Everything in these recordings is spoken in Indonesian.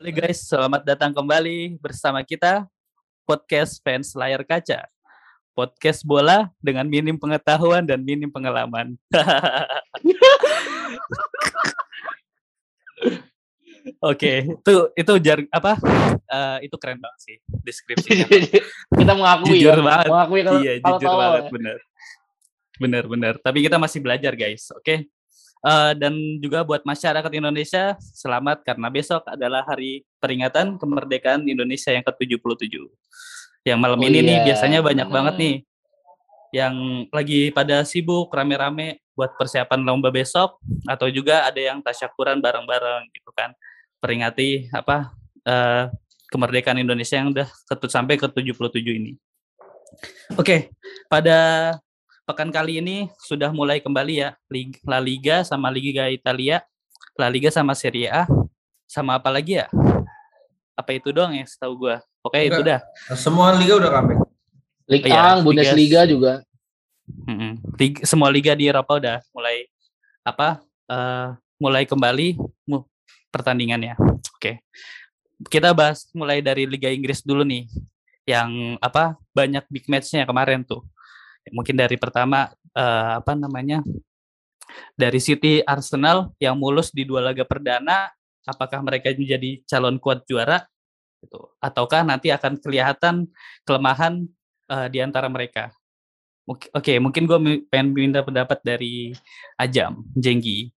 Hey guys, selamat datang kembali bersama kita podcast fans layar kaca. Podcast bola dengan minim pengetahuan dan minim pengalaman. Oke, itu itu keren banget sih deskripsinya. Kita mengakui Jujur ya. banget. Mengakui Iya, kalau jujur tahu banget, ya. benar. Tapi kita masih belajar guys, oke? Dan juga buat masyarakat Indonesia, selamat karena besok adalah hari peringatan kemerdekaan Indonesia yang ke-77. Yang malam ini nih biasanya banyak banget nih yang lagi pada sibuk rame-rame buat persiapan lomba besok, atau juga ada yang tasyakuran bareng-bareng gitu kan, peringati kemerdekaan Indonesia yang udah sampai ke-77 ini. Oke, pada pekan kali ini sudah mulai kembali ya La Liga sama Liga Italia, La Liga sama Serie A, sama apa lagi ya? Apa itu doang ya setahu gue? Oke, itu dah. Semua liga udah comeback. Liga A, Bundesliga juga. Semua liga di Eropa udah mulai kembali pertandingannya. Oke. Kita bahas mulai dari Liga Inggris dulu nih. Yang banyak big match-nya kemarin tuh. Mungkin dari pertama dari City Arsenal yang mulus di 2 laga perdana, apakah mereka menjadi calon kuat juara gitu, ataukah nanti akan kelihatan kelemahan di antara mereka. Oke, mungkin gue pengen minta pendapat dari Ajam, Jenggi.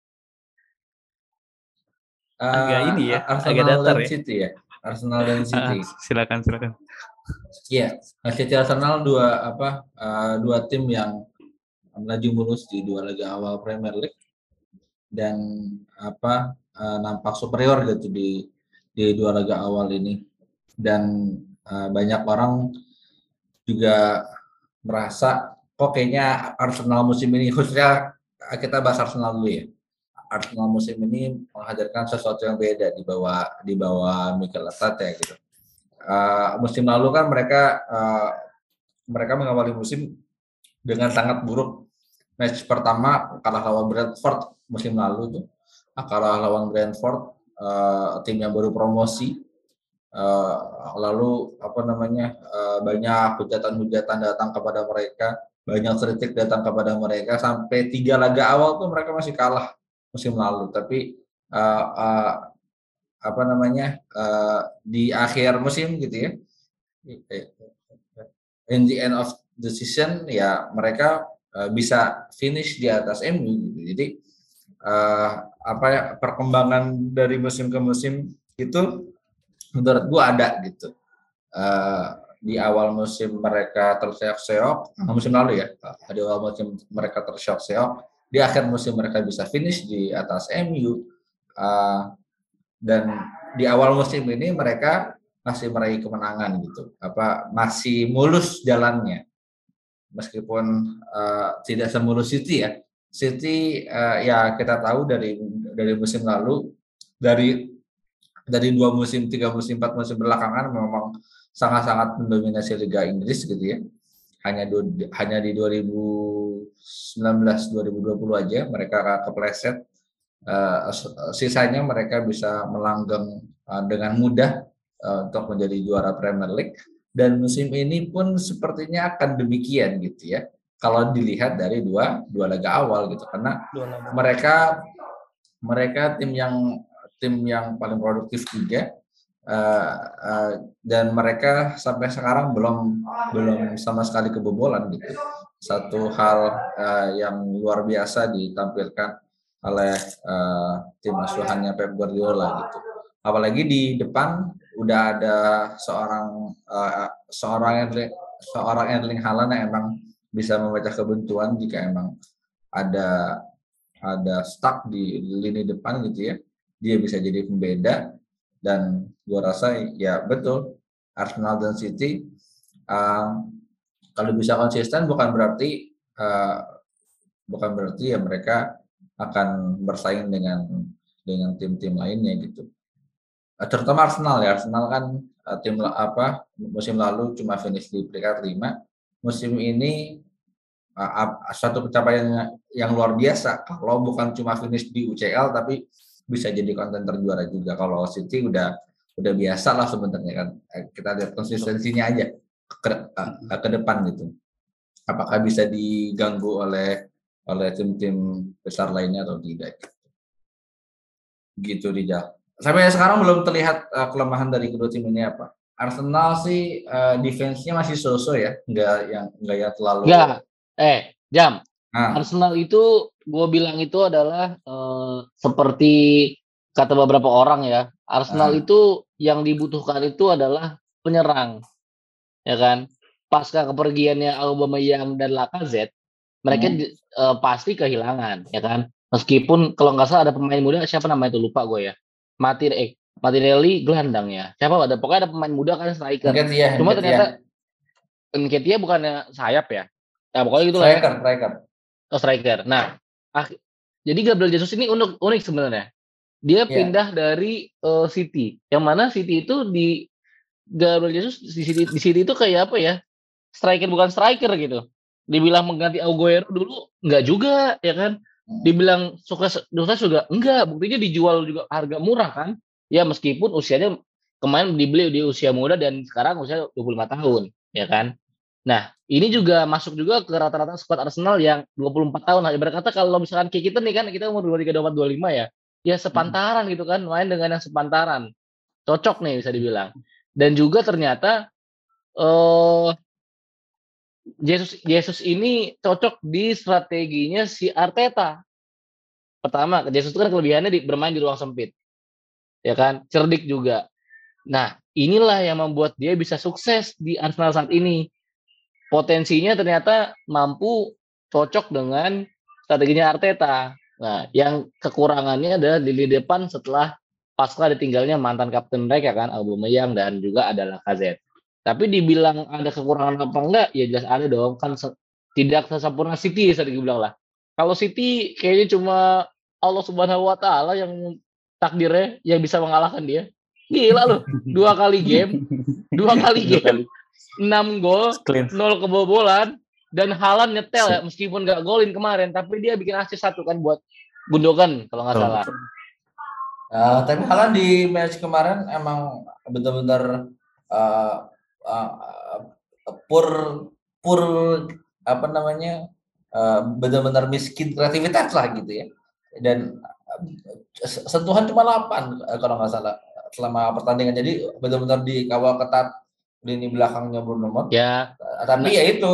Agak ini ya, Arsenal agak datar dan ya. City ya. Arsenal dan City. Silakan. Iya, City Arsenal dua tim yang melaju mulus di 2 laga awal Premier League dan nampak superior gitu di 2 laga awal ini, dan banyak orang juga merasa kok kayaknya Arsenal musim ini, khususnya kita bahas Arsenal dulu ya. Arsenal musim ini menghadirkan sesuatu yang beda di bawah Mikel Arteta gitu. Musim lalu kan mereka mengawali musim dengan sangat buruk. Match pertama kalah lawan Brentford musim lalu tuh. Kalah lawan Brentford, tim yang baru promosi. Lalu banyak hujatan datang kepada mereka, banyak kritik datang kepada mereka, sampai 3 laga awal tuh mereka masih kalah musim lalu. Tapi di akhir musim gitu ya, in the end of the season ya mereka bisa finish di atas MU gitu. Jadi perkembangan dari musim ke musim itu menurut gua ada gitu. Di awal musim mereka terseok-seok, musim lalu ya, di awal musim mereka terseok-seok, di akhir musim mereka bisa finish di atas MU, dan di awal musim ini mereka masih meraih kemenangan gitu, masih mulus jalannya, meskipun tidak semulus City ya. City ya kita tahu dari musim lalu, dari 2 musim, 3 musim, 4 musim belakangan memang sangat-sangat mendominasi Liga Inggris gitu ya. Hanya di 2019-2020 aja mereka kepleset. Sisanya mereka bisa melanggeng dengan mudah untuk menjadi juara Premier League, dan musim ini pun sepertinya akan demikian gitu ya. Kalau dilihat dari dua laga awal gitu, karena mereka tim yang paling produktif juga, dan mereka sampai sekarang belum sama sekali kebobolan gitu. Satu hal yang luar biasa ditampilkan oleh tim asuhannya Pep Guardiola gitu. Apalagi di depan udah ada seorang Erling Haaland yang emang bisa memecah kebuntuan jika emang ada stuck di lini depan gitu ya. Dia bisa jadi pembeda, dan gua rasa ya betul Arsenal dan City kalau bisa konsisten bukan berarti ya mereka akan bersaing dengan tim-tim lainnya gitu. Terutama Arsenal ya. Arsenal kan tim musim lalu cuma finish di peringkat 5. Musim ini suatu pencapaian yang luar biasa kalau bukan cuma finish di UCL tapi bisa jadi kontender juara juga. Kalau City udah udah biasa lah sebenarnya kan. Kita lihat konsistensinya aja ke depan gitu. Apakah bisa diganggu oleh tim-tim besar lainnya atau tidak? Gitu Rijal. Sampai sekarang belum terlihat kelemahan dari kedua tim ini apa. Arsenal sih defense-nya masih so-so ya, nggak yang terlalu. Nggak, Jam. Nah, Arsenal itu gue bilang itu adalah seperti kata beberapa orang ya, Arsenal itu yang dibutuhkan itu adalah penyerang, ya kan? Pasca kepergiannya Aubameyang dan Lacazette, mereka pasti kehilangan, ya kan? Meskipun kalau nggak salah ada pemain muda, siapa namanya itu lupa gue ya. Martinelli gelandang ya. Siapa ada? Pokoknya ada pemain muda kan striker. Cuma ternyata Nketiah bukannya sayap ya. Ya pokoknya gitu lah ya. Striker. Oh, striker. Nah, jadi Gabriel Jesus ini unik sebenarnya. Dia pindah dari City. Yang mana City itu di Gabriel Jesus di City itu kayak apa ya? Striker bukan striker gitu. Dibilang mengganti Aguero dulu enggak juga, ya kan? Dibilang sukses juga enggak, buktinya dijual juga harga murah kan? Ya meskipun usianya kemarin dibeli di usia muda dan sekarang usia 25 tahun, ya kan? Nah, ini juga masuk juga ke rata-rata squad Arsenal yang 24 tahun. Nah, ibarat kata kalau misalkan kayak kita nih kan, kita umur 23, 24, 25 ya. Ya sepantaran gitu kan, main dengan yang sepantaran. Cocok nih bisa dibilang. Dan juga ternyata Jesus ini cocok di strateginya si Arteta. Pertama, Jesus itu kan kelebihannya bermain di ruang sempit. Ya kan? Cerdik juga. Nah, inilah yang membuat dia bisa sukses di Arsenal saat ini. Potensinya ternyata mampu cocok dengan strateginya Arteta. Nah, yang kekurangannya adalah di lini depan setelah pasca ditinggalnya mantan kapten mereka kan, Aubameyang dan juga ada Lacazette. Tapi dibilang ada kekurangan apa enggak, ya jelas ada dong. Kan tidak sesempurna City, saya dibilang lah. Kalau City kayaknya cuma Allah Subhanahu wa taala yang takdirnya yang bisa mengalahkan dia. Gila loh, 2 kali game 6 gol, 0 kebobolan, dan Haaland nyetel ya, meskipun gak golin kemarin, tapi dia bikin assist 1 kan buat Gundogan kalau nggak salah. Tapi Haaland di match kemarin emang benar-benar pur apa namanya benar-benar miskin kreativitas lah gitu ya. Dan sentuhan cuma 8 kalau nggak salah selama pertandingan. Jadi benar-benar dikawal ketat lini belakangnya Bruno Mars. Ya. Tapi ya itu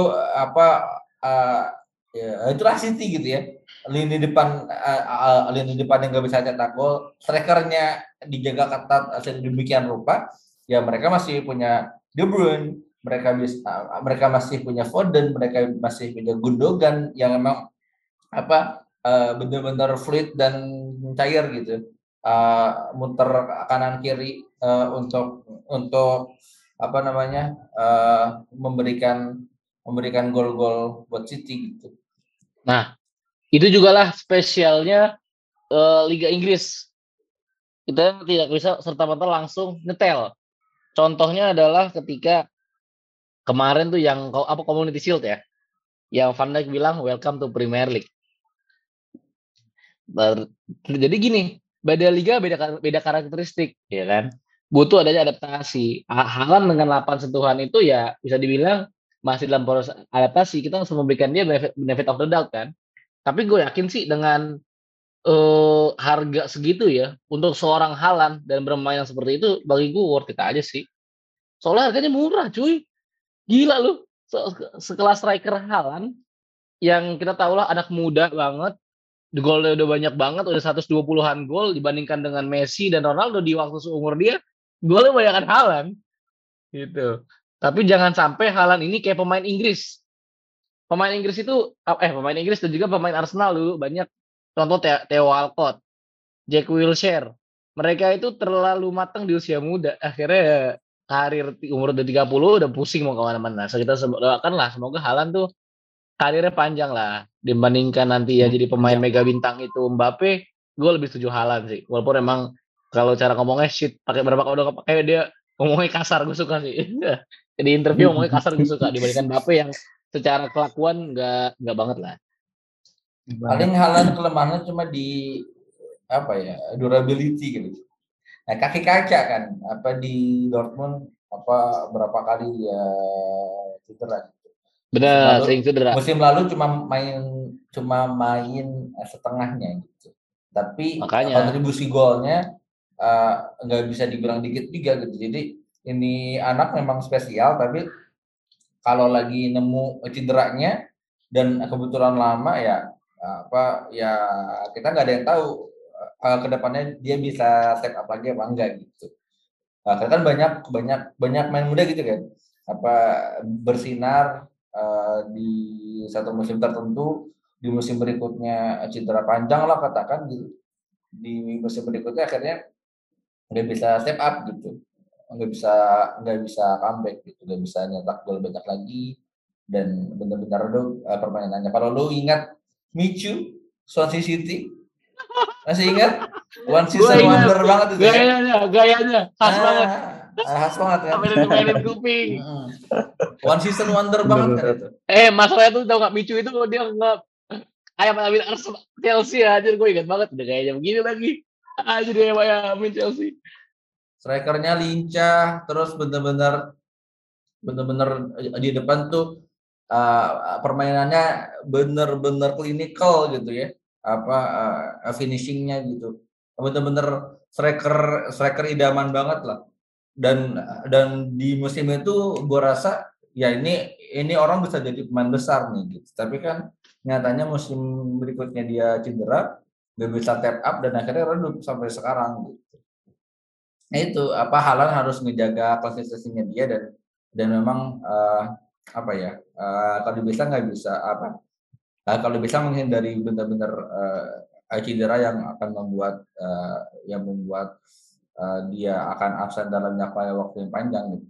ya itulah City gitu ya. Lini depan yang nggak bisa cetak gol, strikernya dijaga ketat sedemikian rupa. Ya mereka masih punya De Bruyne, mereka masih punya Foden, mereka masih punya Gundogan yang memang benar-benar fluid dan cair gitu. Muter kanan kiri untuk apa namanya memberikan gol-gol buat City gitu. Nah, itu juga lah spesialnya Liga Inggris. Kita tidak bisa serta-merta langsung nyetel. Contohnya adalah ketika kemarin tuh yang Community Shield ya, yang Van Dijk bilang welcome to Premier League. Jadi gini, beda liga beda karakteristik, ya kan? Butuh adanya adaptasi. Haaland dengan 8 sentuhan itu ya bisa dibilang masih dalam proses adaptasi. Kita harus memberikan dia benefit of the doubt kan. Tapi gue yakin sih dengan harga segitu ya untuk seorang Haaland dan bermain yang seperti itu, bagi gue worth it aja sih. Soalnya harganya murah cuy. Gila lu. Sekelas striker Haaland yang kita tahu lah anak muda banget, golnya udah banyak banget, udah 120-an gol dibandingkan dengan Messi dan Ronaldo di waktu seumur dia, golnya banyakan Haaland gitu. Tapi jangan sampai Haaland ini kayak pemain Inggris. Pemain Inggris dan juga pemain Arsenal dulu banyak, contoh Theo Walcott, Jack Wilshere. Mereka itu terlalu matang di usia muda. Akhirnya karir umur udah 30 udah pusing mau kemana-mana. So, kita doakan lah semoga Haaland tuh karirnya panjang lah dibandingkan nanti ya jadi pemain mega bintang itu Mbappe. Gue lebih setuju Haaland sih, walaupun emang kalau cara ngomongnya shit pakai berapa udah pakai dia ngomongnya kasar, gue suka sih. Jadi interview ngomongnya kasar, gue suka dibandingkan Mbappe yang secara kelakuan nggak banget lah. Paling Haaland kelemahannya cuma di durability gitu. kaki kaca kan apa di Dortmund apa berapa kali dia cedera gitu. Benar, sering cedera. Musim lalu cuma main setengahnya gitu. Tapi Makanya. kontribusi golnya nggak bisa dibilang dikit juga gitu. Jadi ini anak memang spesial, tapi kalau lagi nemu cederanya dan kebetulan lama ya apa ya kita nggak ada yang tahu kedepannya dia bisa step up lagi apa enggak gitu. Karena kan banyak main muda gitu kan apa bersinar di satu musim tertentu, di musim berikutnya cedera panjang lah katakan gitu. Di musim berikutnya akhirnya nggak bisa step up gitu, nggak bisa comeback gitu, nggak bisa nyetak gol banyak lagi dan benar-benar permainannya. Kalau lu ingat Michu Swansea City, masih ingat one Gue season ingat wonder banget itu ya. gayanya khas banget. Khas banget kan. Mainin kuping. One season wonder banget kan itu. Masalahnya tuh tau nggak Micu itu dia nggak kayak main Arsenal Chelsea aja, gue ingat banget udah kayaknya begini lagi aja dia main Chelsea. Strikernya lincah, terus bener-bener di depan tuh permainannya bener-bener clinical gitu ya, apa finishingnya gitu, bener-bener striker idaman banget lah. Dan di musim itu gue rasa ya ini orang bisa jadi pemain besar nih gitu. Tapi kan nyatanya musim berikutnya dia cedera, gak bisa tap up dan akhirnya redup sampai sekarang gitu. Nah itu apa Haaland harus menjaga konsistensinya dia dan memang apa ya kalau bisa nggak bisa apa kalau bisa menghindari benar-benar cedera yang membuat dia akan absen dalam jangka waktu yang panjang gitu.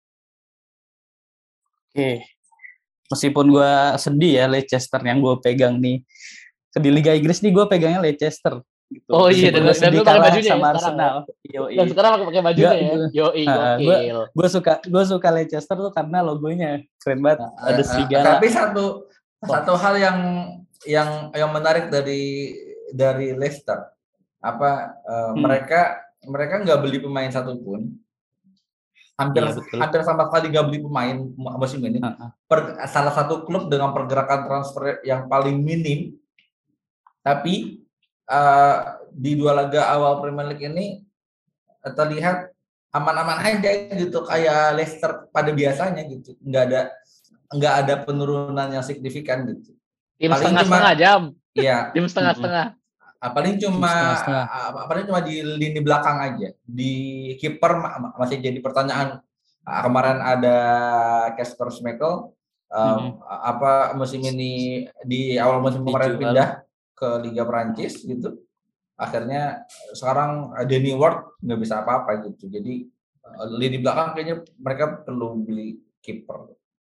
Oke. Meskipun gue sedih ya Leicester yang gue pegang nih. Di Liga Inggris nih gue pegangnya Leicester. Gitu. Oh iya, dan lu pakai bajunya sama ya Arsenal. Ya? Dan sekarang pakai bajunya ya. Yoi, gokil. Gue suka Leicester tuh karena logonya keren banget. Ada serigala. Tapi satu hal yang menarik dari Leicester apa mereka nggak beli pemain satupun. Hampir sama sekali nggak beli pemain musim ini. Salah satu klub dengan pergerakan transfer yang paling minim, tapi di 2 laga awal Premier League ini terlihat aman-aman aja gitu kayak Leicester pada biasanya gitu, nggak ada penurunan yang signifikan gitu. Tim setengah-setengah jam. Iya. Tim setengah-setengah. Paling cuma di lini belakang aja. Di kiper masih jadi pertanyaan. Kemarin ada Kasper Schmeichel apa musim ini di awal musim kemarin pindah ke Liga Prancis gitu. Akhirnya sekarang Danny Ward nggak bisa apa-apa gitu. Jadi lini belakang kayaknya mereka perlu beli kiper.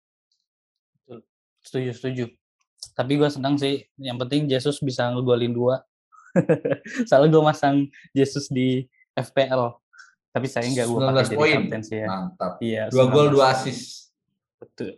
Setuju. Tapi gue senang sih. Yang penting Jesus bisa ngegolin 2. Soalnya gue masang Jesus di FPL. Tapi saya nggak gue pakai jadi kapten sih ya. Mantap. Iya, 2 gol 2 assist. Betul.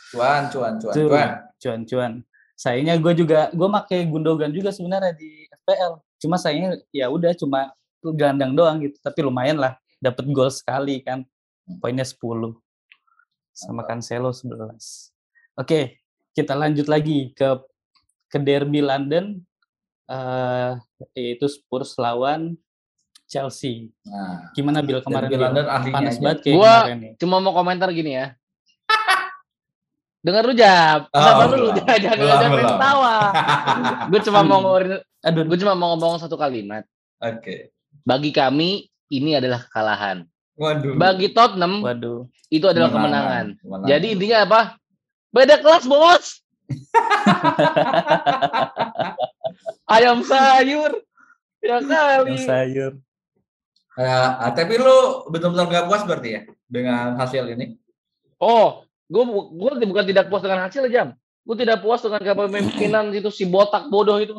Cuan. Sayangnya gue pakai Gundogan juga sebenarnya di FPL. Cuma sayangnya ya udah cuma gelandang doang gitu. Tapi lumayan lah, dapat gol sekali kan. Poinnya 10. Sama Cancelo 11. Oke, kita lanjut lagi ke derby London, yaitu Spurs lawan Chelsea. Nah, gimana Bill kemarin? London panas banget kayak gua kemarin nih. Cuma mau komentar gini ya. Dengar lu Jab, jangan ketawa. Gue cuma mau ngomong satu kalimat. Oke. Bagi kami ini adalah kekalahan. Waduh. Bagi Tottenham itu adalah kemenangan. Jadi intinya apa? Beda kelas, bos. Ayam sayur. Ya kali. Ayam sayur. Tapi lu benar-benar gak puas berarti ya dengan hasil ini? Oh, gue bukan tidak puas dengan hasil, Jam. Gue tidak puas dengan kepemimpinan itu si botak bodoh itu.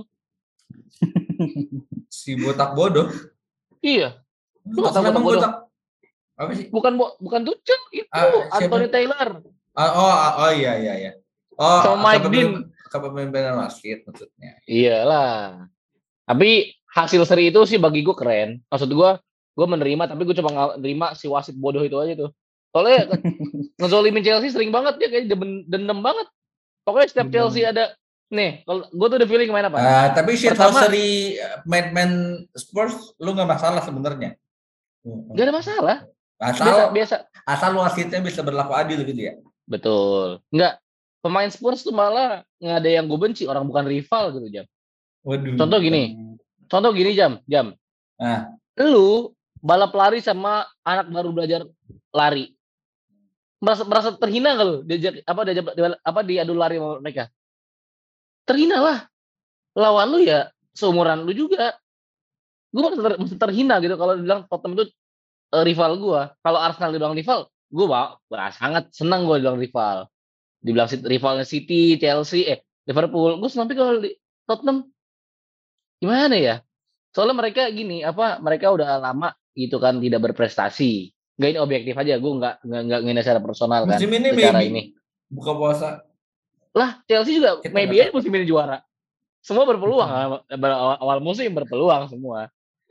Si botak bodoh? Iya. Lu kata botak bodoh? Apa sih? Bukan Tuchel itu, Anthony Taylor. Oh iya. Oh, sama Mike Dean. Kepemimpinan wasit maksudnya. Iyalah. Tapi hasil seri itu sih bagi gue keren. Maksud gue gue menerima, tapi gue cuma nerima si wasit bodoh itu aja tuh. Soalnya ngezolimin Chelsea sering banget, dia kayak dendam banget. Pokoknya setiap Chelsea ada nih, kalau gue tuh udah feeling main apa? Tapi Pertama, shithousery main Spurs lu nggak masalah sebenarnya. gak ada masalah. Biasa. Asal wasitnya bisa berlaku adil gitu ya. Betul. Enggak, pemain Spurs tuh malah nggak ada yang gue benci, orang bukan rival gitu, Jam. Waduh. Contoh gini Jam. Nah. Lu balap lari sama anak baru belajar lari. Merasa terhina nggak lu diadu lari sama mereka? Terhina lah. Lawan lu ya seumuran lu juga. Gue merasa terhina gitu kalau dibilang Tottenham itu rival gue. Kalau Arsenal dibilang rival, gue sangat senang gue dibilang rival. Dibilang rivalnya City, Chelsea, Liverpool. Gue senang, tapi kalau di Tottenham gimana ya? Soalnya mereka gini, mereka udah lama gitu kan tidak berprestasi. Nggak, ini objektif aja, gue nggak ngina secara personal kan. Musim ini secara maybe. Ini. Buka puasa. Lah, Chelsea juga maybe aja musim ini juara. Semua berpeluang, awal musim berpeluang semua.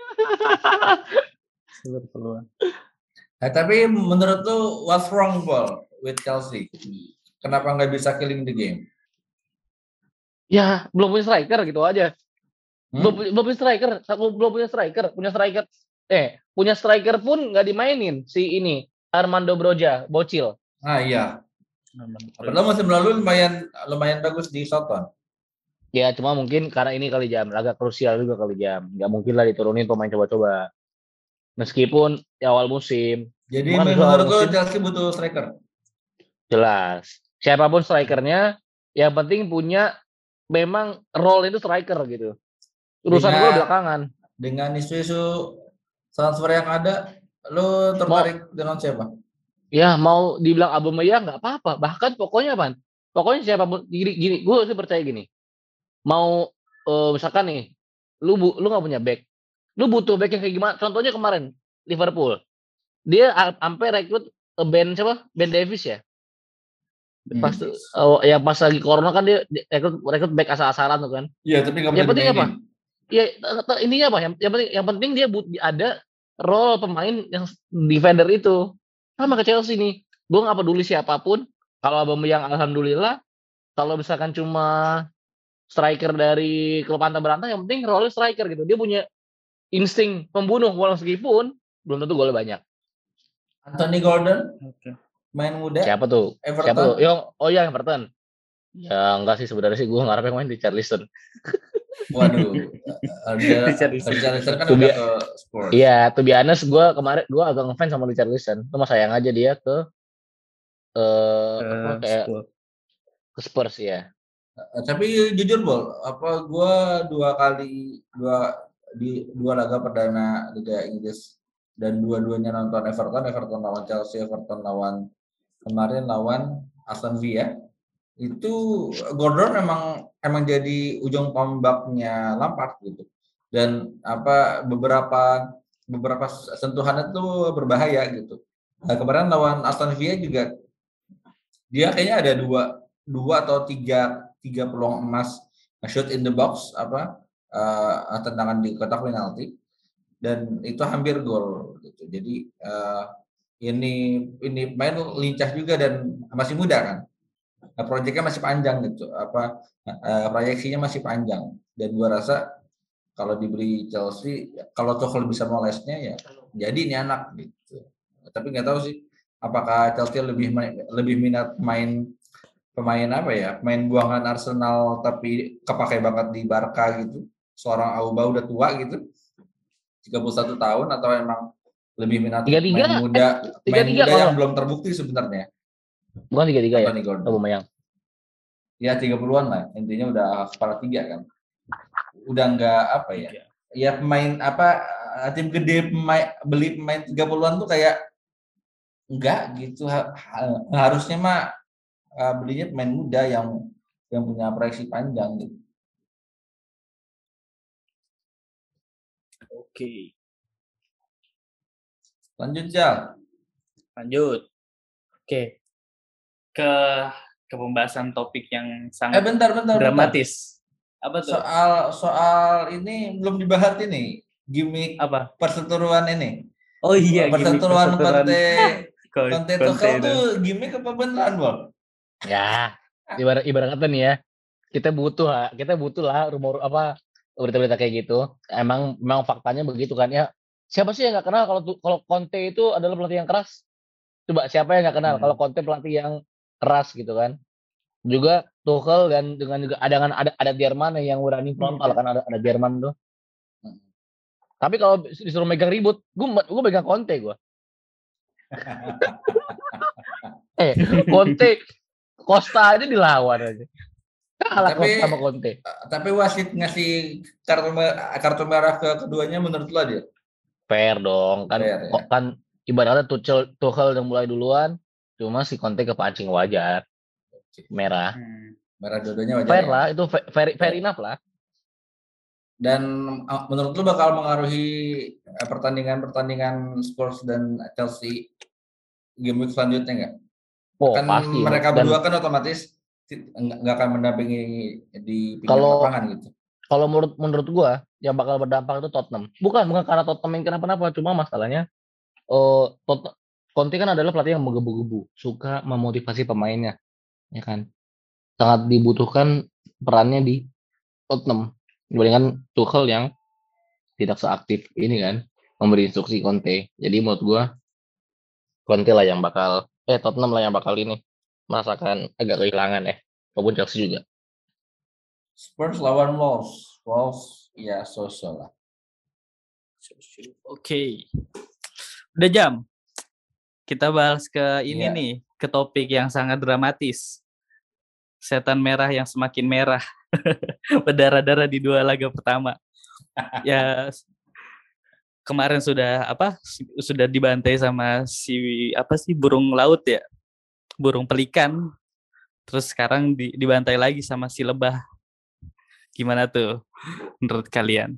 Berpeluang. Tapi menurut lu what's wrong Paul with Chelsea? Kenapa nggak bisa killing the game? Ya, belum punya striker gitu aja. Belum punya striker. Punya striker pun nggak dimainin si ini Armando Broja, bocil. Iya. Padahal musim lalu lumayan bagus di Soton. Ya, cuma mungkin karena ini kali Jam, agak krusial juga kali Jam. Nggak mungkin lah diturunin pemain coba-coba. Meskipun di awal musim. Jadi menurut lu Chelsea butuh striker? Jelas. Siapapun strikernya, yang penting punya memang role itu striker gitu. Urusan gue belakangan. Dengan isu-isu transfer yang ada, lu tertarik dengan siapa? Ya, mau dibilang Aubameyang nggak apa-apa. Bahkan pokoknya siapapun gini, gue sih percaya gini. Mau misalkan nih, lu nggak punya back, lu butuh back yang kayak gimana? Contohnya kemarin Liverpool, dia sampai rekrut Ben Davies ya. Pas yang pas lagi corona kan dia rekrut back asal-asalan tuh kan. Iya, tapi nggak. Yang penting apa? Ya intinya apa? Yang penting dia ada role pemain yang defender itu. Sama ke Chelsea nih. Gue nggak peduli siapapun. Kalau Aubameyang alhamdulillah. Kalau misalkan cuma striker dari klub antah-berantah, yang penting role striker gitu. Dia punya insting pembunuh meskipun belum tentu golnya banyak. Anthony Gordon, main muda. Siapa tuh? Everton. Everton. Ya enggak sih, sebenarnya sih gue ngarep yang main di Richarlison. Waduh, Richarlison kan udah ke Spurs. Iya, to be honest, gue kemarin agak ngefans sama Richarlison. Cuma sayang aja dia ke Spurs ya. Tapi jujur Bol, gue dua laga perdana Liga Inggris dan dua-duanya nonton Everton lawan Chelsea, Everton lawan Aston Villa. Itu Gordon emang jadi ujung tombaknya Lampard gitu. Dan beberapa sentuhan itu berbahaya gitu. Nah, kemarin lawan Aston Villa juga dia kayaknya ada dua atau tiga peluang emas shoot in the box tendangan di kotak penalti dan itu hampir gol gitu. Jadi ini main lincah juga dan masih muda kan. Proyeknya masih panjang gitu. Proyeksinya masih panjang dan gua rasa kalau diberi Chelsea, kalau Tuchel bisa molesnya ya jadi ini anak gitu. Tapi nggak tahu sih apakah Chelsea lebih minat pemain buangan Arsenal tapi kepakai banget di Barca gitu. Seorang Auba udah tua gitu. 31 tahun atau emang lebih minat main muda yang belum terbukti sebenarnya. Bukan 33 ya? Aubameyang. Ya 30-an lah. Intinya udah kepala 3 kan. Udah enggak ya pemain tim gede beli pemain 30-an tuh kayak enggak gitu. Harusnya mah belinya pemain muda yang punya proyeksi panjang gitu. Oke. Lanjut Jal. Oke. Ke pembahasan topik yang sangat bentar. dramatis. Apa tuh? Soal ini belum dibahas ini. Gimmick perseteruan ini. Oh iya, gimmick Persatuan Conte Conte Tuchel itu. tuh gimmick apa beneran, Bang? Ya, ibarat kata nih ya, kita butuh lah rumor apa berita-berita kayak gitu. Memang faktanya begitu kan ya. Siapa sih yang nggak kenal kalau Conte itu adalah pelatih yang keras? Coba siapa yang nggak kenal kalau Conte pelatih yang keras gitu kan? Juga Tuchel dan dengan juga ada Jerman yang berani frontal kan, ada Jerman tuh. Tapi kalau disuruh megang ribut, gue megang Conte gue. Conte Costa aja dilawan aja. Kalah Tapi Costa sama Conte. tapi wasit ngasih kartu merah ke keduanya menurut lo dia? Fair dong kan, Fair, ya? kan ibaratnya Tuchel yang mulai duluan, cuma si Conte kepancing wajar merah. Merah dua-duanya wajar Fair ya. lah, itu fair enough lah. Dan menurut lo bakal mengaruhi pertandingan Spurs dan Chelsea game week selanjutnya nggak? Oh Kan pasti. mereka Dan berdua kan otomatis nggak akan mendampingi di pinggir kalau lapangan gitu. kalau menurut gua yang bakal berdampak itu Tottenham. Bukan karena Tottenham yang kenapa-napa, cuma masalahnya Conte kan adalah pelatih yang menggebu-gebu, suka memotivasi pemainnya, ya kan. Sangat dibutuhkan perannya di Tottenham dibandingkan Tuchel yang tidak seaktif ini kan, memberi instruksi Conte. Jadi menurut gua Tottenham lah yang bakal ini merasakan agak kehilangan walaupun Chelsea juga. Spurs lawan Wolves ya sosok lah. Oke. Udah jam. Kita bahas ke ini Iya. nih, ke topik yang sangat dramatis. Setan merah yang semakin merah. Berdarah-darah di 2 laga pertama. Ya kemarin sudah dibantai sama burung laut ya. Burung pelikan. Terus sekarang dibantai lagi sama si lebah. Gimana tuh menurut kalian?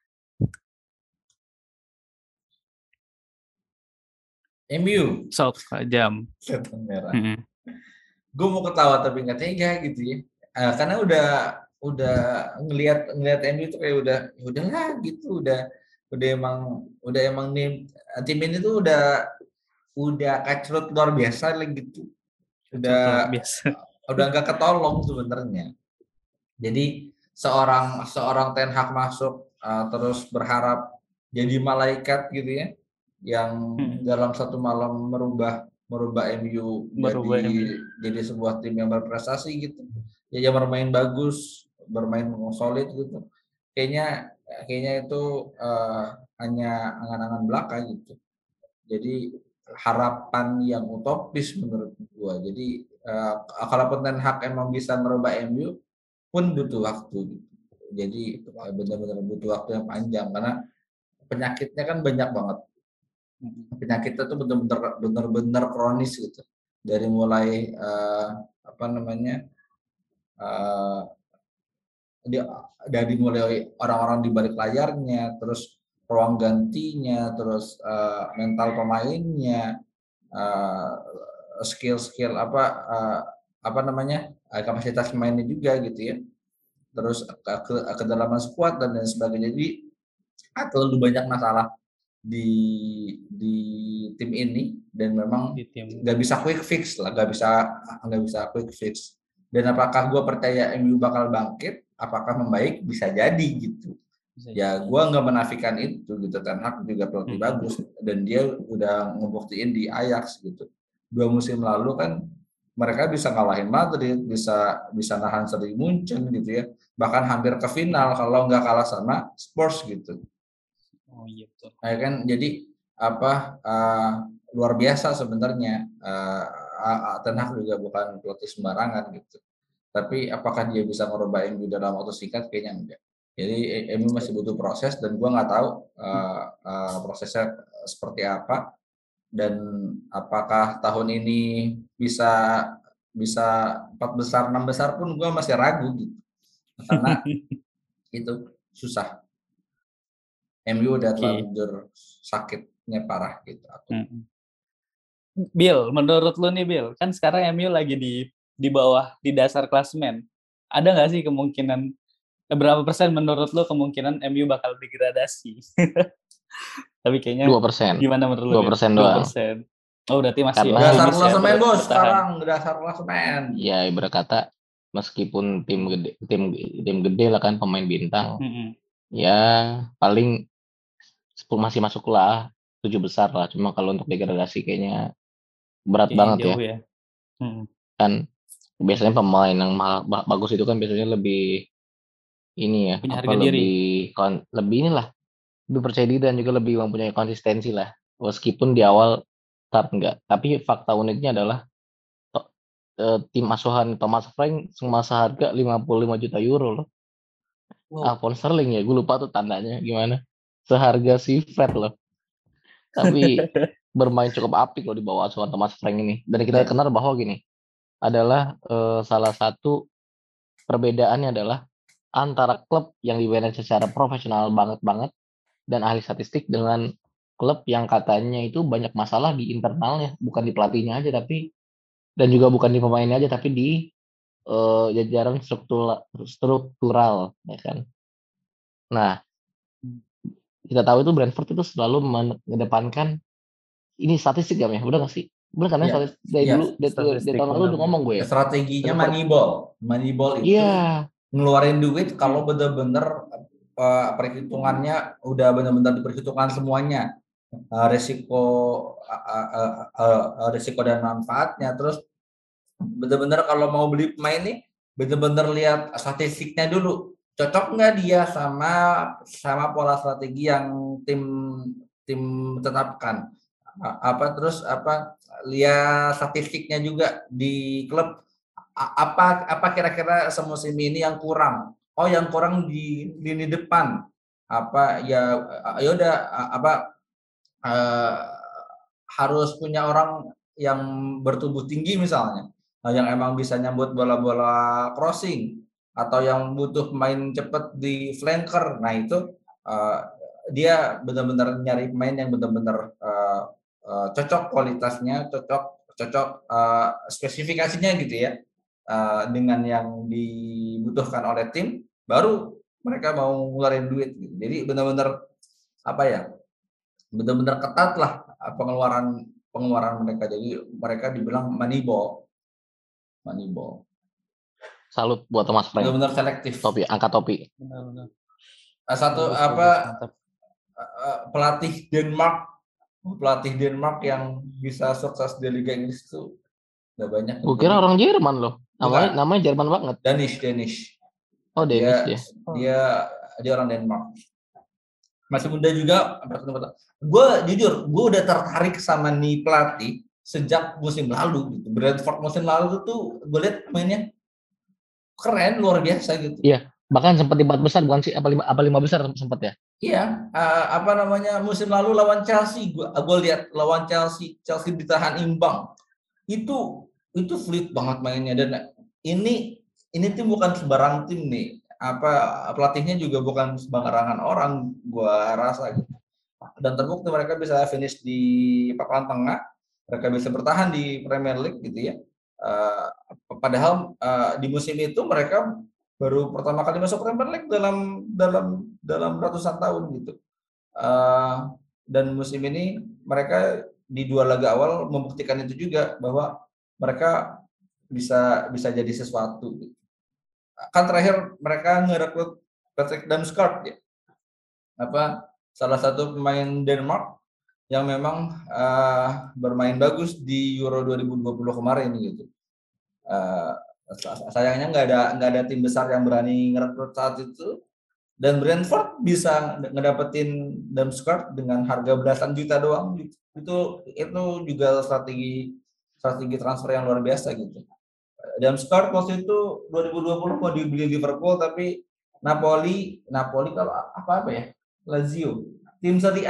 MU Sok jam. setan merah. Gue mau ketawa tapi nggak tega gitu ya. Karena udah ngelihat MU itu kayak udahlah gitu, udah emang nih tim ini tuh udah kacrut luar biasa lah gitu. Udah nggak ketolong sebenarnya. Jadi seorang Ten Hag masuk terus berharap jadi malaikat gitu ya, yang dalam satu malam merubah MU jadi sebuah tim yang berprestasi gitu. Ya bermain bagus, bermain solid gitu. Kayaknya itu hanya angan-angan belaka gitu. Jadi harapan yang utopis menurut gua. Jadi kalau Ten Hag emang bisa merubah MU pun butuh waktu gitu. Jadi benar-benar butuh waktu yang panjang karena penyakitnya kan banyak banget. Penyakitnya tuh benar-benar kronis gitu. Dari mulai dari mulai orang-orang di balik layarnya, terus ruang gantinya, terus mental pemainnya, skill-skill kapasitas pemainnya juga gitu ya. Terus kedalaman squad dan lain sebagainya. Jadi terlalu banyak masalah di tim ini dan memang nggak bisa quick fix. Dan apakah gue percaya MU bakal bangkit? Apakah membaik? Bisa jadi gitu. Ya gue nggak menafikan itu gitu. Ten Hag juga pelatih bagus dan dia udah ngebuktiin di Ajax gitu. 2 musim lalu kan mereka bisa ngalahin Madrid, bisa nahan seri Munchen gitu ya. Bahkan hampir ke final kalau nggak kalah sama Spurs gitu. Oh iya betul. Nah, kan jadi luar biasa sebenarnya. Ten Hag juga bukan pelatih sembarangan gitu. Tapi apakah dia bisa merubah MU dalam waktu singkat? Kayaknya enggak. Jadi MU masih butuh proses dan gua nggak tahu prosesnya seperti apa dan apakah tahun ini bisa 4 besar 6 besar pun gua masih ragu gitu. Karena itu susah. MU udah terlanjur sakitnya parah gitu. Bill, menurut lu nih Bill, kan sekarang MU lagi di bawah di dasar klasemen. Ada nggak sih kemungkinan berapa persen menurut lu kemungkinan MU bakal degradasi? Tapi kayaknya 2%. gimana menurut lu? 2% Dua doang. persen. Oh, berarti masih Karena Dasar optimis ya klasemen bos bertahan. sekarang, dasar klasemen. Ya ibarat kata meskipun tim gede lah kan, pemain bintang, Mm-mm. ya paling 10 masih masuk lah, 7 besar lah. Cuma kalau untuk degradasi kayaknya berat Kayaknya banget ya. jauh ya. Mm. Kan biasanya pemain yang bagus itu kan biasanya lebih ini ya, Punya apa harga diri. lebih inilah, lebih percaya diri dan juga lebih mempunyai konsistensi lah. Meskipun di awal start enggak. Tapi fakta uniknya adalah tim asuhan Thomas Frank cuma seharga 55 juta euro loh. Wow. Pound sterling ya, gue lupa tuh tandanya gimana. Seharga si Fred loh. Tapi bermain cukup apik loh di bawah asuhan Thomas Frank ini. Dan kita Ya. kenal bahwa gini, adalah salah satu perbedaannya adalah antara klub yang dimanage secara profesional banget dan ahli statistik dengan klub yang katanya itu banyak masalah di internalnya, bukan di pelatihnya aja tapi dan juga bukan di pemainnya aja tapi di jajaran struktural ya kan. Nah, kita tahu itu Brentford itu selalu mengedepankan ini statistik ya, benar nggak sih? Benar kan ya, Iya. dari Iya. dulu dari Statistik tahun lalu udah benar-benar. ngomong gue ya. Strateginya Brentford, Moneyball itu iya, ngeluarin duit kalau bener-bener perhitungannya udah bener-bener diperhitungkan semuanya. Resiko resiko dan manfaatnya, terus bener-bener kalau mau beli pemain nih bener-bener lihat statistiknya dulu, cocok nggak dia sama pola strategi yang tim tim tetapkan. Terus lihat statistiknya juga di klub, apa kira-kira semusim ini yang kurang. Oh, yang kurang di lini depan apa ya, ya udah apa eh, harus punya orang yang bertubuh tinggi misalnya, yang emang bisa nyambut bola-bola crossing, atau yang butuh pemain cepat di flanker. Nah itu eh, dia benar-benar nyari pemain yang benar-benar cocok kualitasnya, cocok cocok spesifikasinya gitu ya, dengan yang dibutuhkan oleh tim, baru mereka mau ngeluarin duit gitu. Jadi benar-benar apa ya, benar-benar ketat lah pengeluaran pengeluaran mereka. Jadi mereka dibilang Moneyball. salut buat Thomas Frank. Benar-benar selektif. Topi, angkat topi. Benar-benar. Satu Bagus, mantap. pelatih Denmark yang bisa sukses di Liga Inggris itu udah banyak. Gue kira orang Jerman loh. Bukan. Namanya Jerman banget. Danish. Oh, Danish dia. Dia orang Denmark. Masih muda juga. Gue jujur, gue udah tertarik sama nih pelatih sejak musim lalu gitu. Brentford musim lalu tuh gue lihat mainnya keren, luar biasa gitu. Iya, bahkan sempat di 4 besar bukan sih, apa 5 besar sempat ya? Iya, musim lalu lawan Chelsea, gue lihat lawan Chelsea ditahan imbang. Itu fluid banget mainnya, dan ini tim bukan sembarang tim nih. Pelatihnya juga bukan sembarangan orang, gua rasa gitu. Dan terbukti mereka bisa finish di papan tengah, mereka bisa bertahan di Premier League gitu ya. Padahal di musim itu mereka baru pertama kali masuk Premier League dalam ratusan tahun gitu. Dan musim ini mereka di 2 laga awal membuktikan itu juga, bahwa mereka bisa jadi sesuatu gitu. Kan terakhir mereka ngerekrut Patrick Damsgaard ya, salah satu pemain Denmark yang memang bermain bagus di Euro 2020 kemarin gitu. Sayangnya nggak ada tim besar yang berani ngerekrut saat itu, dan Brentford bisa ngedapetin Damsgaard dengan harga belasan juta doang. Itu juga strategi transfer yang luar biasa gitu. Damsgaard waktu itu 2020 mau dibeli Liverpool, tapi Napoli kalau apa ya, Lazio, tim Serie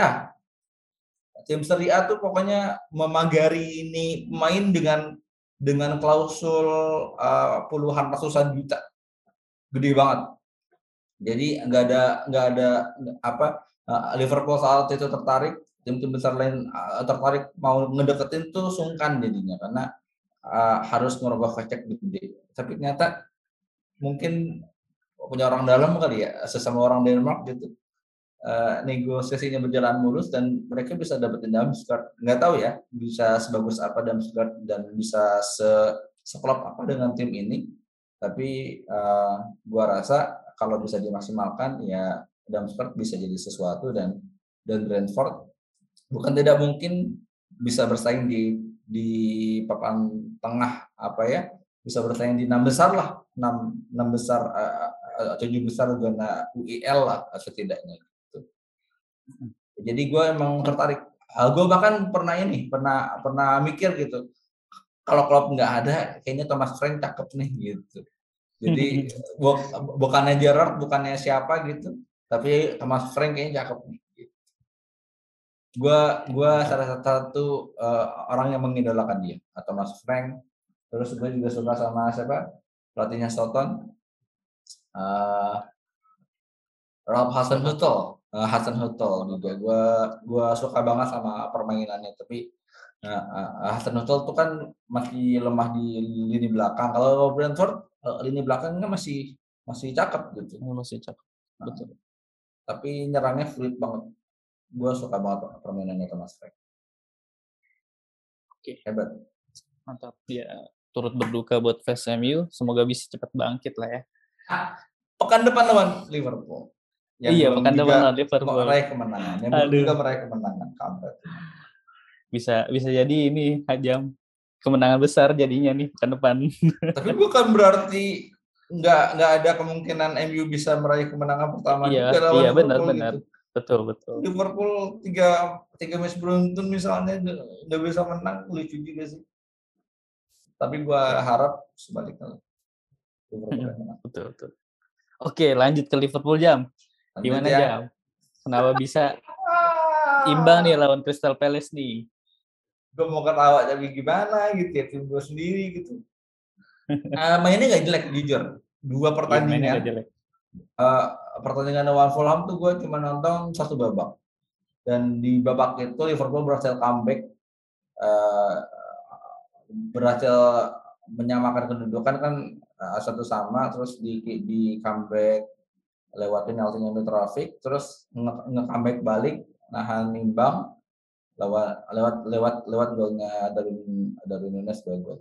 A tuh pokoknya memagari ini pemain dengan klausul puluhan ratusan juta, gede banget. Jadi nggak ada Liverpool saat itu tertarik, tim-tim besar lain tertarik mau ngedeketin tuh sungkan jadinya, karena harus merogoh kocek gede. Tapi ternyata mungkin punya orang dalam kali ya, sesama orang Denmark gitu, negosiasinya berjalan mulus dan mereka bisa dapetin Damsgaard. Nggak tahu ya bisa sebagus apa Damsgaard dan bisa seklop apa dengan tim ini. Tapi gua rasa kalau bisa dimaksimalkan ya Damsgaard bisa jadi sesuatu dan Brentford bukan tidak mungkin bisa bersaing di papan tengah apa ya, bisa bersaing di 6 besar lah, 6 besar 7 besar zona UEL lah setidaknya gitu. Jadi gue emang tertarik. Gue bahkan pernah mikir gitu. Kalau Klopp nggak ada, kayaknya Thomas Frank cakep nih gitu. Jadi bukannya Gerrard, bukannya siapa gitu, tapi Thomas Frank kayaknya cakep nih. Gue salah satu orang yang mengidolakan dia, Thomas Frank. Terus gue juga suka sama siapa pelatihnya Soton, Ralph Hasenhuttl juga gue suka banget sama permainannya. Tapi Hasenhuttl tuh kan masih lemah di lini belakang. Kalau Brentford lini belakangnya masih cakep gitu. Masih cakep, betul. Tapi nyerangnya fluid banget. Gue suka banget permainannya Thomas Frank. Oke. Hebat. Mantap. Ya, turut berduka buat fans MU. Semoga bisa cepat bangkit lah ya. Pekan depan lawan Liverpool. Iya, pekan depan lawan Liverpool. Meraih kemenangan. Yang belum juga meraih kemenangan. Kampret. Bisa jadi ini Hajam kemenangan besar jadinya nih pekan depan. Tapi bukan berarti nggak ada kemungkinan MU bisa meraih kemenangan pertama juga lawan Liverpool. Benar. Gitu. Betul. Liverpool tiga match beruntun misalnya udah bisa menang, lucu juga sih. Tapi gua harap sebaliknya. Betul. Oke, lanjut ke Liverpool Jam. Gimana ya? Jam? Kenapa bisa imbang nih lawan Crystal Palace nih? Gue mau ketawa tapi gimana gitu ya, tim gue sendiri gitu. Mainnya nggak jelek jujur. 2 pertandingan. Jelek. Pertandingan lawan Fulham tuh gue cuma nonton 1 babak. Dan di babak itu Liverpool berhasil comeback, berhasil menyamakan kedudukan kan 1-1, terus di comeback lewatin Elton Mitrovic, terus nge-comeback balik nahan imbang lewat golnya dari Nunes gol.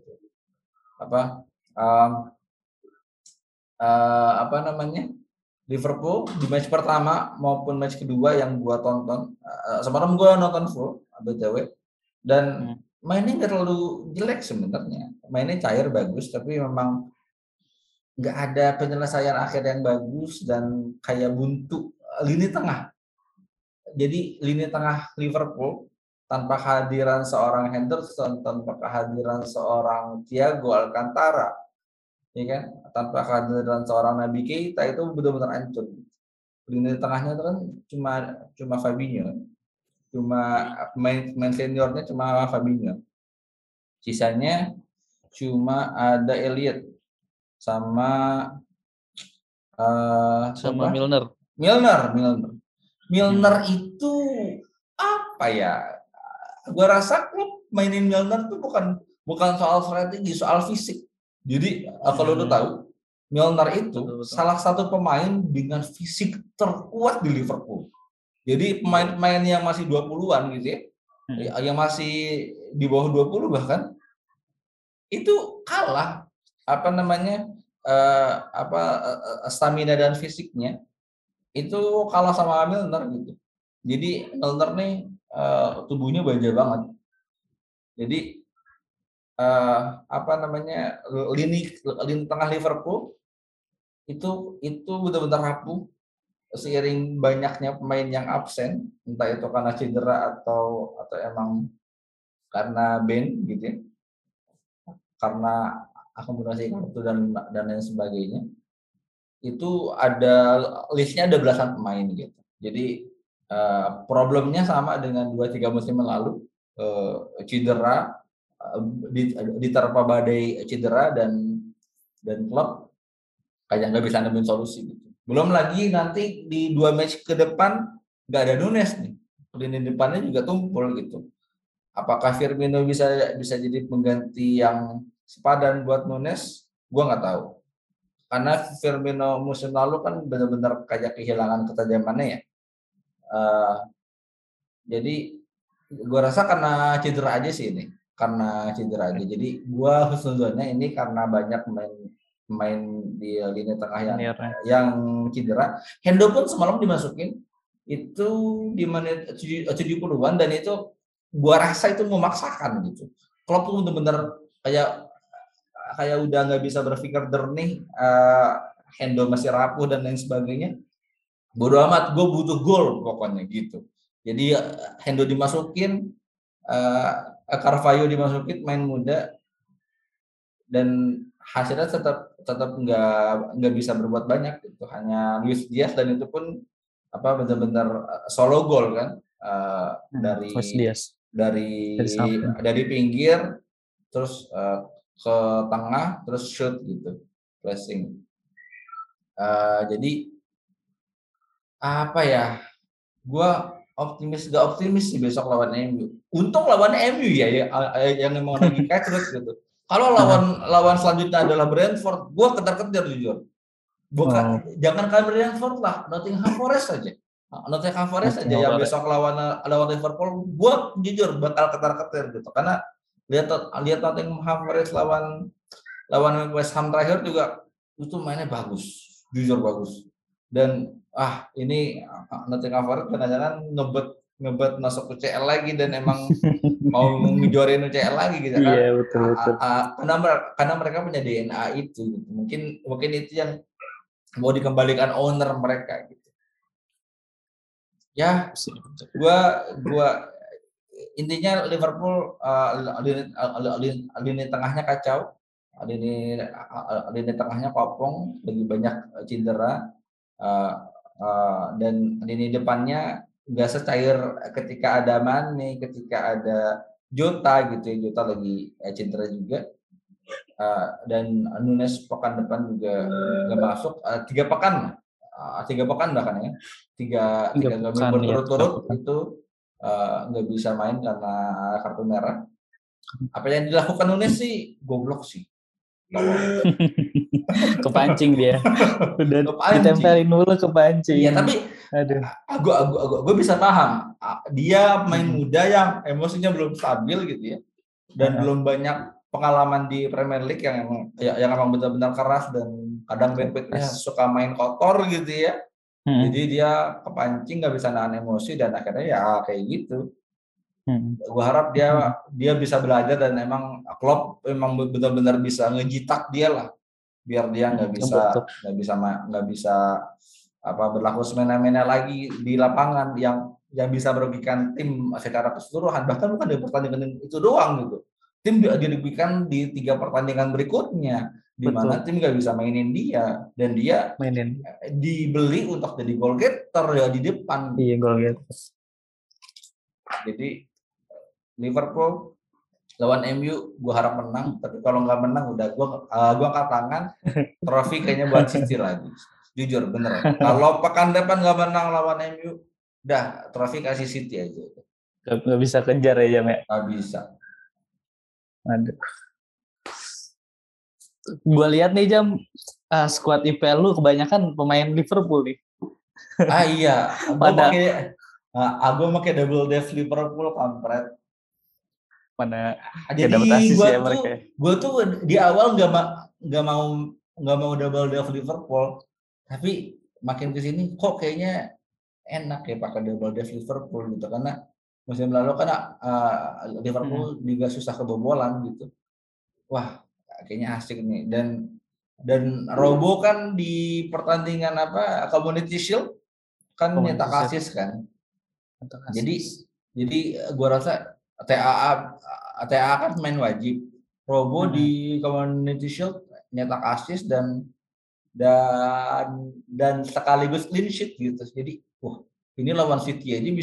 Apa namanya, Liverpool di match pertama maupun match kedua yang gua tonton, semalam gua nonton full BTW, dan mainnya nggak terlalu jelek sebenarnya, mainnya cair bagus, tapi memang nggak ada penyelesaian akhir yang bagus dan kayak buntu lini tengah. Jadi lini tengah Liverpool tanpa kehadiran seorang Henderson, tanpa kehadiran seorang Thiago Alcantara, ya kan, tanpa kehadiran seorang Naby Keita, itu benar-benar hancur. Lini tengahnya itu kan cuma Fabinho, cuma main seniornya cuma Fabinho. Sisanya cuma ada Elliot sama Milner itu apa ya? Gua rasa klub mainin Milner tuh bukan soal strategi, soal fisik. Jadi kalau lu tahu, Milner itu salah satu pemain dengan fisik terkuat di Liverpool. Jadi pemain-pemain yang masih 20-an gitu ya, yang masih di bawah 20 bahkan, itu kalah stamina dan fisiknya itu kalah sama Milner gitu. Jadi Milner nih tubuhnya baja banget. Jadi lini tengah Liverpool itu benar-benar rapuh seiring banyaknya pemain yang absen, entah itu karena cedera atau emang karena ban gitu ya, karena akumulasi kartu dan lain sebagainya. Itu listnya ada belasan pemain gitu. Jadi problemnya sama dengan 2-3 musim lalu, cedera, diterpa badai cedera dan klub kayak nggak bisa nemuin solusi gitu. Belum lagi nanti di 2 match ke depan nggak ada Nunes nih, lini depannya juga tumpul gitu. Apakah Firmino bisa jadi pengganti yang sepadan buat Nunes? Gua nggak tahu. Karena Firmino musim lalu kan benar-benar kayak kehilangan ketajamannya ya. Eh, jadi gua rasa karena cedera aja sih ini, karena cedera aja. Jadi gua husnuzonnya ini karena banyak main di lini tengah yang cedera. Hendo pun semalam dimasukin itu di menit 70-an dan itu gua rasa itu memaksakan gitu. Klopp tuh bener-bener kayak kayak udah nggak bisa berpikir jernih, Hendo masih rapuh dan lain sebagainya. Bodo amat, gue butuh gol pokoknya gitu. Jadi Hendo dimasukin, Carvalho dimasukin, main muda, dan hasilnya tetap nggak bisa berbuat banyak gitu. Hanya Luis Diaz, dan itu pun benar-benar solo gol kan, dari pinggir terus ke tengah terus shoot gitu, flashing. Jadi apa ya? Gua gak optimis sih besok lawan MU. Untung lawan MU ya yang emang lagi kacrut gitu. Kalau lawan selanjutnya adalah Brentford, gua ketar-ketir jujur. Bukan, jangan kalah Brentford lah, Nottingham Forest saja. Nottingham Forest aja yang besok lawan Liverpool, gua jujur bakal ketar-ketir gitu. Karena lihat Nottingham Forest lawan West Ham terakhir juga itu mainnya bagus, jujur bagus. Dan ini Nottingham Forest kadang-kadang ngebet masuk UCL lagi dan emang mau ngejuarin UCL lagi gitu kan. Iya, betul. Karena mereka punya DNA itu gitu. Mungkin itu yang mau dikembalikan owner mereka gitu. Ya, gua intinya Liverpool lini tengahnya kacau. Lini tengahnya kopong, lebih banyak cedera, dan lini depannya nggak secair ketika ada Mane, ketika ada Jota gitu ya. Jota lagi cedera juga, dan Nunes pekan depan juga nggak masuk, 3 pekan bahkan ya, tiga minggu berturut-turut itu nggak bisa main karena kartu merah. Apa yang dilakukan Nunes sih goblok sih. Kepancing dia. Udah ditempelin dulu kepancing. Iya, tapi gue bisa paham. Dia main muda yang emosinya belum stabil gitu ya. Dan belum banyak pengalaman di Premier League yang emang benar-benar keras, dan kadang back-backnya suka main kotor gitu ya. Jadi dia kepancing, nggak bisa nahan emosi, dan akhirnya ya kayak gitu. Gue harap dia bisa belajar, dan emang Klopp emang benar-benar bisa ngejitak dia lah, biar dia nggak bisa berlaku semena-mena lagi di lapangan yang bisa merugikan tim secara keseluruhan. Bahkan bukan di pertandingan itu doang gitu, tim dirugikan di 3 pertandingan berikutnya, di mana tim nggak bisa mainin dia, dan dia dibeli untuk jadi goal getter ya di depan. Iya, goal getter. Jadi Liverpool lawan MU gue harap menang, tapi kalau nggak menang udah gue angkat tangan, trofi kayaknya buat City lagi. Jujur bener. Kalau pekan depan nggak menang lawan MU, udah trofi kasih City aja. Nggak bisa kejar ya Jam ya? Nggak bisa. Aduh. Gue lihat nih Jam, squad IPL lu kebanyakan pemain Liverpool nih. Iya. Gue pakai double dev Liverpool kampret. Mana jadi gue tuh di awal nggak mau double dev Liverpool, tapi makin kesini kok kayaknya enak ya pakai double dev Liverpool gitu, karena musim lalu kan Liverpool juga susah kebobolan gitu. Wah, kayaknya asik nih. Dan Robo kan di pertandingan Community Shield kan nyetak assist kan. Jadi gue rasa TAA kan main wajib. Robo di Community Shield nyetak assist dan sekaligus clean sheet gitu. Jadi, ini lawan City aja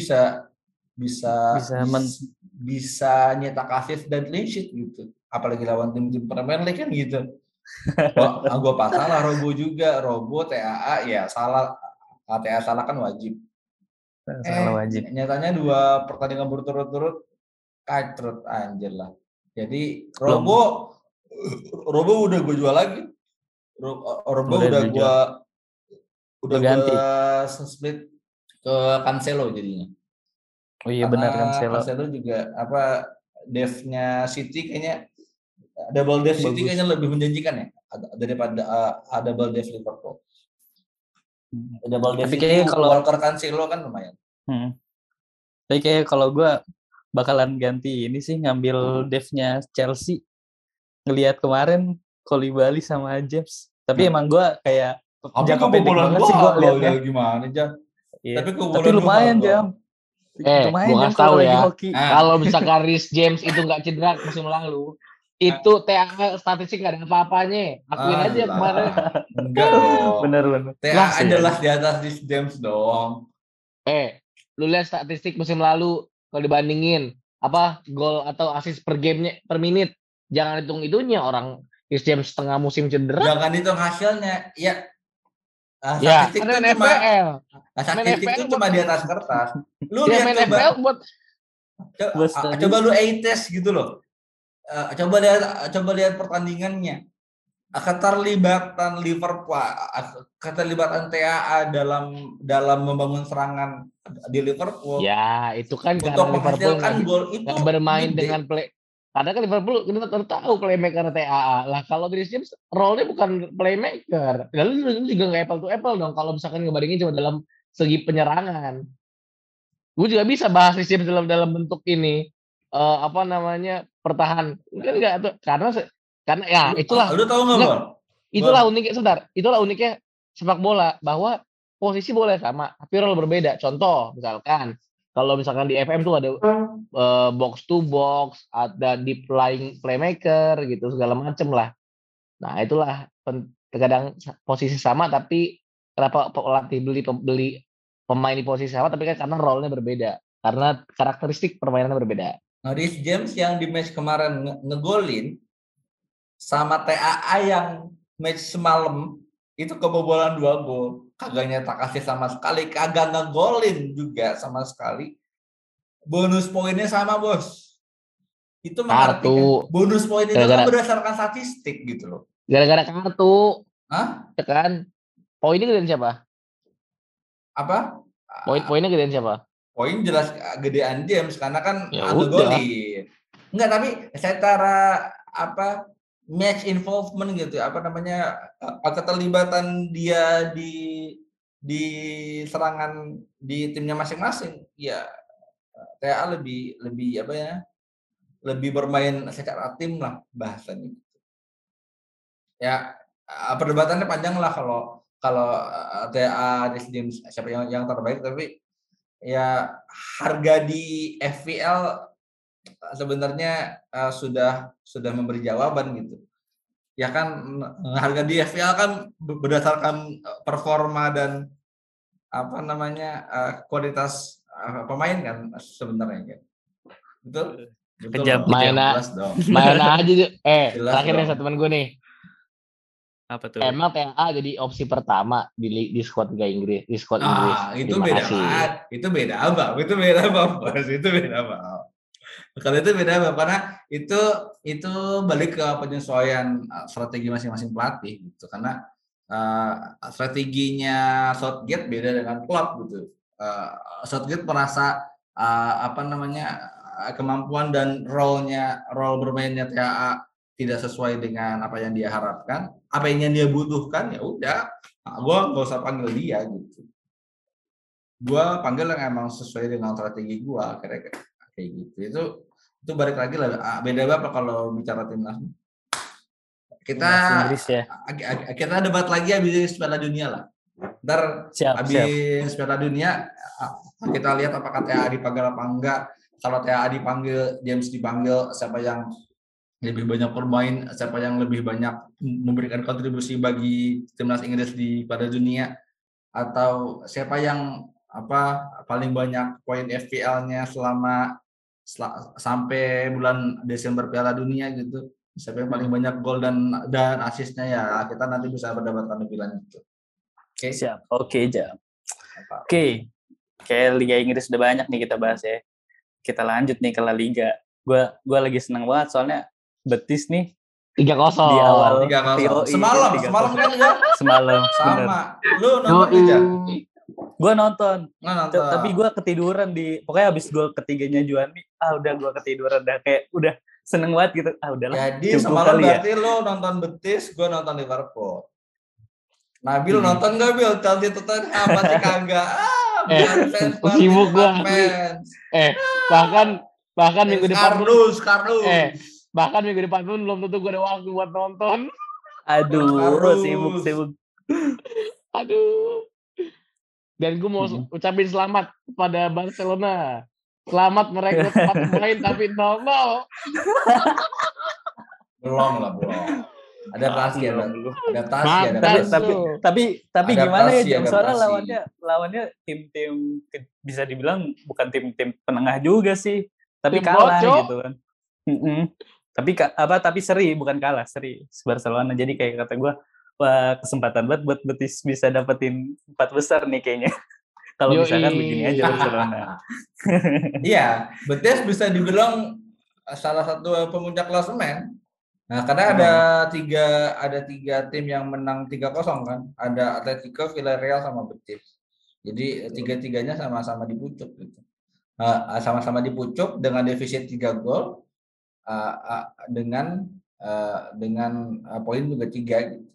bisa nyetak assist dan clean sheet gitu. Apalagi lawan tim-tim Premier League kan gitu. Gue pasalah Robo juga, Robo TAA ya salah. TAA salah kan wajib. Nyatanya 2 pertandingan berturut-turut kacrut anjir lah. Jadi Robo udah gue jual lagi. Robo udah gue split ke Cancelo jadinya. Oh iya benar Karena Cancelo. Cancelo juga depth-nya City kayaknya double depth City kayaknya lebih menjanjikan ya daripada double depth Liverpool. Double depth Tapi itu kayaknya kalau Walker Cancelo kan lumayan. Tapi kayak kalau gue bakalan ganti ini sih, ngambil depth-nya Chelsea. Ngelihat kemarin Koulibaly sama James. Tapi emang gue kayak jangka pendek banget sih gue liatnya. Gimana aja. Iya. Tapi Tapi lumayan Jam. Gue kasih tahu ya, kalau misalkan Reece James itu nggak cedera musim lalu, itu TAA statistik gak ada apa-apanya. Akuin aja kemarin. Enggak dong. Bener. TAA jelas di atas Reece James dong. Lu lihat statistik musim lalu kalau dibandingin gol atau assist per gamenya per menit, jangan hitung itunya orang Reece James setengah musim cedera. Jangan hitung hasilnya, ya. Statistik itu cuma statistik itu cuma di atas kertas. Lu lihat coba buat coba lu A-test gitu loh. Coba lihat pertandingannya. Keterlibatan Liverpool, keterlibatan TAA dalam membangun serangan di Liverpool. Ya, itu kan untuk karena Liverpool gol itu bermain dengan play. Karena kan Liverpool kita tahu playmaker TAA. Lah kalau Reece James role-nya bukan playmaker. Lalu itu juga nggak apple to apple dong kalau misalkan ngebandingin cuma dalam segi penyerangan. Gue juga bisa bahas Reece James dalam bentuk ini pertahan. Kan enggak tuh karena ya itulah. Lu tahu nggak, Bang? Itulah uniknya itulah uniknya sepak bola bahwa posisi boleh sama tapi role berbeda. Contoh misalkan kalau misalkan di FM tuh ada box to box, ada deep lying playmaker gitu segala macem lah. Nah itulah terkadang posisi sama tapi kenapa pelatih beli pemain di posisi sama tapi kan karena role-nya berbeda, karena karakteristik permainannya berbeda. Nah, Reece James yang di match kemarin ngegolin sama TAA yang match semalam itu kebobolan 2 gol, kagak nyetak assist sama sekali, kagak ngegolin juga sama sekali. Bonus poinnya sama, Bos. Itu mengartikan bonus poin itu kan berdasarkan statistik gitu loh. Gara-gara kartu. Hah? Kan poinnya gedean siapa? Apa? Poinnya gedean siapa? Poin jelas gedean James karena kan ngegolin. Enggak, tapi secara match involvement gitu, keterlibatan dia di serangan di timnya masing-masing, ya TA lebih lebih bermain secara tim lah bahasanya. Ya perdebatannya panjang lah kalau TA Reece James siapa yang terbaik, tapi ya harga di FPL sebenarnya sudah kualitas jawaban gitu. Ya kan harga di FPL kan berdasarkan performa dan kualitas pemain kan sebenarnya kan. Betul? Main aja. Terakhir nih satu teman gue nih. Apa tuh? Emang TAA jadi opsi pertama di squad Liga Inggris, di squad Inggris. Itu beda banget. Itu beda apa? Itu beda apa? Kalau itu beda apa? Karena itu balik ke penyesuaian strategi masing-masing pelatih gitu. Karena strateginya Southgate beda dengan Klopp gitu. Southgate merasa kemampuan dan role bermainnya TAA tidak sesuai dengan apa yang dia harapkan, apa yang dia butuhkan, ya udah, gue nggak usah panggil dia gitu. Gue panggil yang emang sesuai dengan strategi gue, kayak gitu. Itu balik lagi lah, beda apa kalau bicara timnas. Kita debat lagi habis Piala Dunia lah. Ntar habis Piala Dunia kita lihat apakah TAA dipanggil apa enggak. Kalau TAA dipanggil, James dipanggil, siapa yang lebih banyak bermain, siapa yang lebih banyak memberikan kontribusi bagi timnas Inggris di Piala Dunia, atau siapa yang paling banyak poin FPL-nya sampai bulan Desember Piala Dunia gitu. Siapa yang paling banyak gol dan asisnya, ya kita nanti bisa berdebatkan lebih lanjut. Oke. Siap. Oke, Jam. Oke. Kayak Liga Inggris udah banyak nih kita bahas ya. Kita lanjut nih ke La Liga. Gua lagi seneng banget soalnya Betis nih 3-0 di awal. Semalam kan ya? Semalam. Sama. Lu nonton aja. Gue nonton. Nggak nonton. Tapi gue ketiduran pokoknya abis gol ketiganya Juani, udah gue ketiduran dah kayak udah seneng banget gitu. Udahlah. Jadi cukup semalam kali ya. berarti lo nonton Betis, gue nonton Liverpool. Nabil Hmm. nonton nggak Bil? Chelsea Tottenham pasti kagak. Sibuk gua. bahkan minggu depan bahkan minggu depan pun belum tentu gue ada waktu buat nonton. Aduh, sibuk. Aduh. Dan gue mau ucapin selamat kepada Barcelona. Selamat merekrut 4 pemain tapi 0-0. Belum. Adaptasi. Tapi gimana ya Jam, soalnya lawannya tim-tim bisa dibilang bukan tim-tim penengah juga sih, tapi tim kalah bocok gitu kan. Tapi seri, bukan kalah, seri Barcelona. Jadi kayak kata gue, wah kesempatan banget buat Betis bisa dapetin 4 besar nih kayaknya. Kalau misalkan begini aja Barcelona. Iya, Betis bisa dibilang salah satu pemuncak klasemen. Nah, karena ada tiga tim yang menang 3-0 kan. Ada Atletico, Villarreal sama Betis. Jadi tiga-tiganya sama-sama di pucuk gitu. Sama-sama di pucuk dengan defisit 3 gol. Dengan poin juga 3 gitu.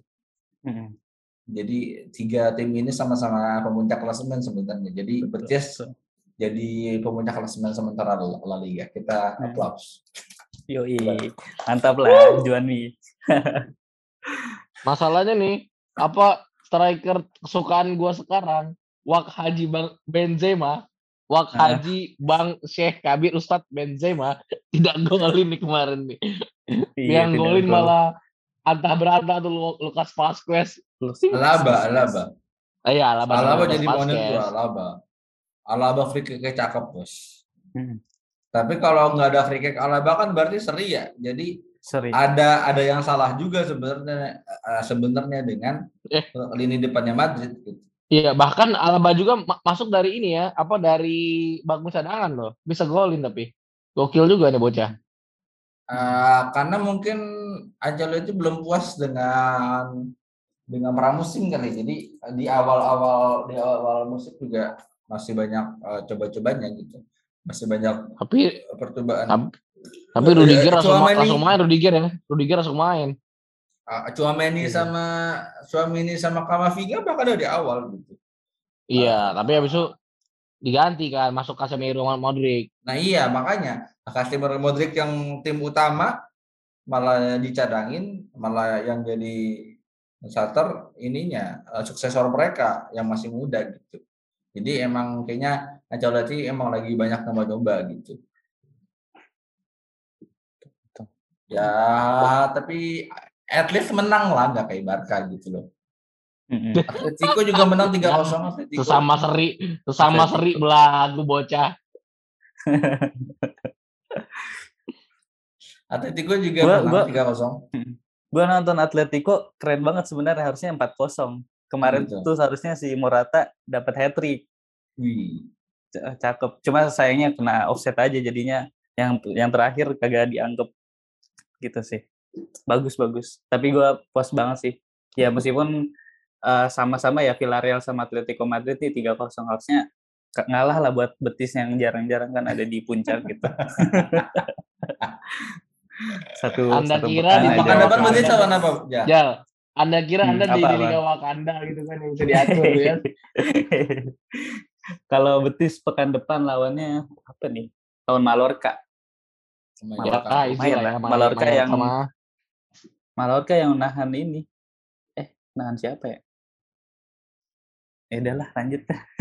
Jadi 3 tim ini sama-sama pemuncak klasemen sebenarnya. Jadi Betis jadi pemuncak klasemen sementara La Liga. Kita applause. Yoi, mantap lah Juanwi. Masalahnya nih, striker kesukaan gue sekarang, Wak Haji Benzema, Wak Haji Bang Sheikh Kabir Ustadz Benzema tidak golin nih kemarin nih. Yang golin malah antah berantah tuh Lucas Vazquez. Alaba. Iya, Alaba jadi monet tuh Alaba free kick cakep, Bos. Tapi kalau nggak ada free kick Alaba kan berarti seri ya. Jadi ada yang salah juga sebenarnya dengan lini depannya Madrid gitu. Iya, bahkan Alaba juga masuk dari ini ya, dari bangku cadangan loh. Bisa golin tapi. Gokil juga nih bocah. Karena mungkin Ancelotti belum puas dengan pramusim kali. Jadi di awal musim juga masih banyak coba-cobanya gitu. Masih banyak percobaan. Tapi Rudiger langsung main Rudiger langsung main. Tchouaméni sama Camavinga bahkan dari awal gitu. Iya, tapi habis itu diganti kan, masuk Casemiro Modric. Nah iya, makanya Casemiro Modric yang tim utama malah dicadangin, malah yang jadi starter suksesor mereka yang masih muda gitu. Jadi emang kayaknya Ancelotti emang lagi banyak nyoba-nyoba gitu. Ya, tapi at least menang lah, nggak kayak Barca gitu loh. Atletico juga menang 3-0. Sesama seri belagu bocah. Atletico juga menang 3-0. Gue nonton Atletico keren banget sebenarnya, harusnya 4-0. Kemarin tuh seharusnya si Morata dapat hat-trick. Cakep. Cuma sayangnya kena offset aja jadinya yang terakhir kagak dianggap gitu sih. Bagus. Tapi gue puas banget sih. Ya meskipun sama-sama ya Villarreal sama Atletico Madrid nih 3-0, harusnya ngalah lah buat Betis yang jarang-jarang kan ada di puncak gitu. Anda kira di pekan depan Betis lawan apa? Ya. Anda kira Anda di Liga Wakanda gitu kan yang bisa diatur ya. Kalau Betis pekan depan lawannya apa nih? Lawan Mallorca. Mallorca yang nahan ini. Nahan siapa ya? Udahlah lanjut.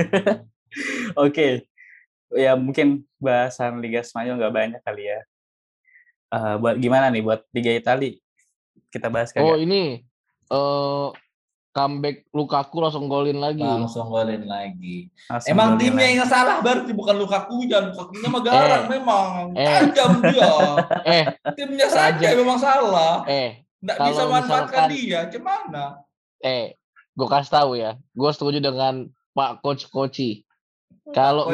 Oke. Ya mungkin bahasan Liga Spanyol nggak banyak kali ya. Buat gimana nih buat Liga Italia? Kita bahas kagak? Oh ini comeback Lukaku langsung golin lagi. Emang timnya yang salah berarti, bukan Lukaku. Lukakunya mah garang memang. Tajam dia. Timnya saja memang salah. Nggak bisa manfaatkan dia. Gimana? Gue kasih tahu ya. Gue setuju dengan Pak Coach Koci. Kalau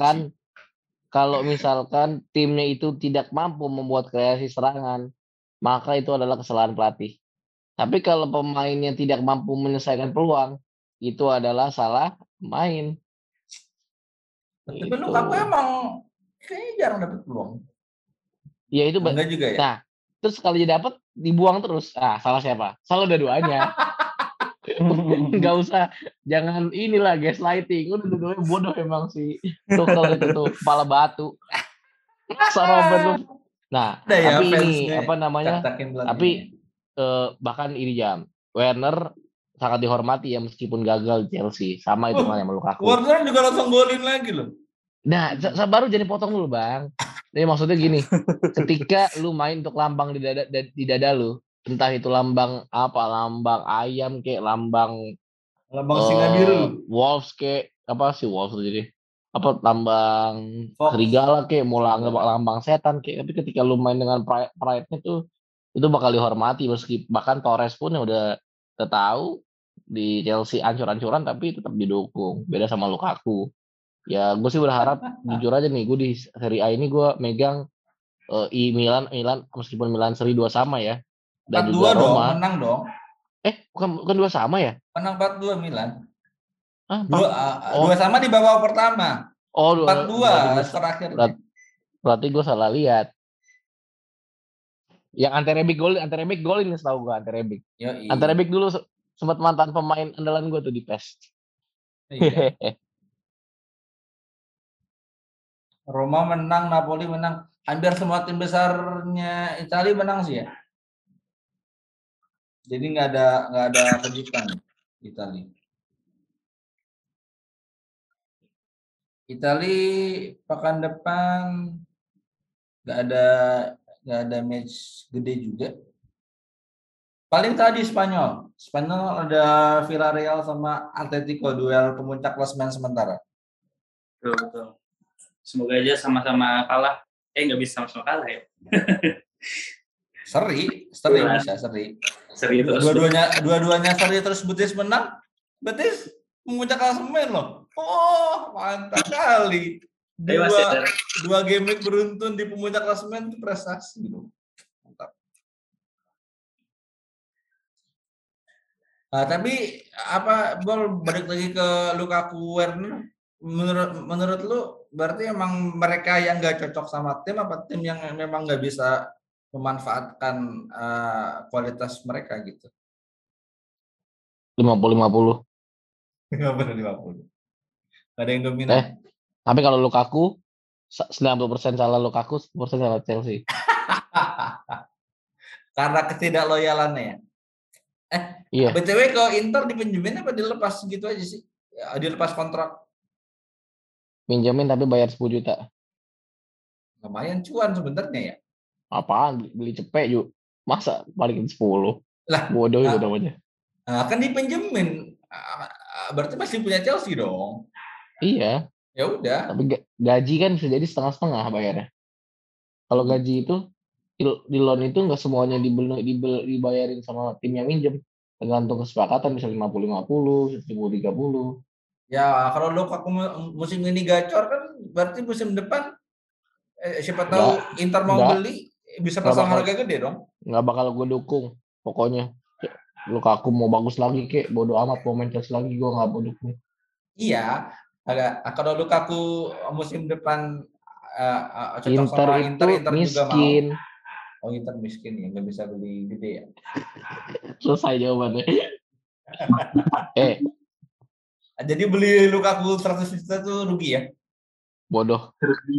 misalkan timnya itu tidak mampu membuat kreasi serangan, maka itu adalah kesalahan pelatih. Tapi kalau pemainnya tidak mampu menyelesaikan peluang, itu adalah salah main. Tapi Gitu. Lukaku emang kayaknya jarang dapat peluang. Ya itu Enggak juga ya. nah, terus kalau dia dapat dibuang terus. Ah, salah siapa? Salah dua-duanya. Nggak usah, jangan inilah gaslighting. Udah dua-duanya bodoh emang si Tuchel itu tuh kepala batu. Masa Robben lu. Nah, Ada ya tapi ini fansnya apa namanya? cak-cakin pelatihnya. Tapi bahkan ini jam Werner sangat dihormati ya meskipun gagal di Chelsea. Sama itu kan yang Lukaku. Warner juga langsung golin lagi loh. Nah, baru jadi potong dulu, Bang. Jadi maksudnya gini, ketika lu main untuk lambang di dada lu, entah itu lambang apa, lambang ayam kayak lambang Lambang singa biru. Wolves kayak apa sih Wolves itu jadi apa lambang Fox. serigala kayak mau lambang setan kayak, tapi ketika lu main dengan pride-nya tuh itu bakal dihormati meski bahkan Torres pun yang udah tahu di Chelsea ancur-ancuran tapi tetap didukung. Beda sama Lukaku. Ya gue sih berharap jujur aja nih gue di Serie A ini gue megang Milan meskipun Milan seri 2 sama ya dan 4-2 juga dong, Roma. menang dong. Bukan 2 sama ya? Menang 4-2 Milan. Ah, 2 sama di babak pertama. Oh, 4-2 terakhir. Berarti gue salah lihat. Yang Ante Rebic golin setahu gue Ante Rebic. Ante Rebic dulu sempat mantan pemain andalan gue tuh di PES. Iya. Roma menang, Napoli menang. Hampir semua tim besarnya Italia menang sih ya. Jadi nggak ada kejutan Italia. Italia pekan depan nggak ada match gede juga. Paling tadi Spanyol ada Villarreal sama Atletico, duel pemuncak klasemen sementara. Betul. Semoga aja sama-sama kalah. Nggak bisa sama-sama kalah ya. Seri bisa seri. Seri terus. Dua-duanya seri terus Betis menang. Betis pemuncak klasemen loh. Oh, mantap kali. Dua game week beruntun di pemuncak klasemen itu prestasi loh. Mantap. Nah, tapi balik lagi ke Lukaku Werner, menurut lu berarti emang mereka yang nggak cocok sama tim apa tim yang memang nggak bisa memanfaatkan kualitas mereka gitu? 50-50. 50-50. Ada yang dominan. Tapi kalau Lukaku 90% salah Lukaku, 10% salah Chelsea. Karena ketidakloyalannya ya. Iya. BTW ke Inter dipinjemin apa dilepas gitu aja sih? Ya, dilepas kontrak. Pinjamin tapi bayar 10 juta. Lumayan cuan sebenarnya ya. Apaan beli cepet yuk. Masa balikin 10? Lah, bodoh itu namanya. Kan dipinjemin. Berarti masih punya Chelsea dong. Iya. Ya udah. Tapi gaji kan bisa jadi setengah-setengah bayarnya. Kalau gaji itu di loan itu nggak semuanya dibayarin sama tim yang minjem. Tergantung kesepakatan bisa 50-50, 70-30. Ya kalau Lukaku musim ini gacor kan berarti musim depan siapa tahu Inter mau beli bisa pasang harga gede dong. Nggak bakal gue dukung. Pokoknya Lukaku mau bagus lagi kek, bodo amat mau main Chelsea lagi gue nggak mau dukung. Iya, kalau Lukaku musim depan cocok Inter sama itu Inter miskin. Juga mau. Oh Inter miskin ya, nggak bisa beli gede ya. Selesai jawabannya. Jadi beli Lukaku 100 juta tuh rugi ya? Bodoh.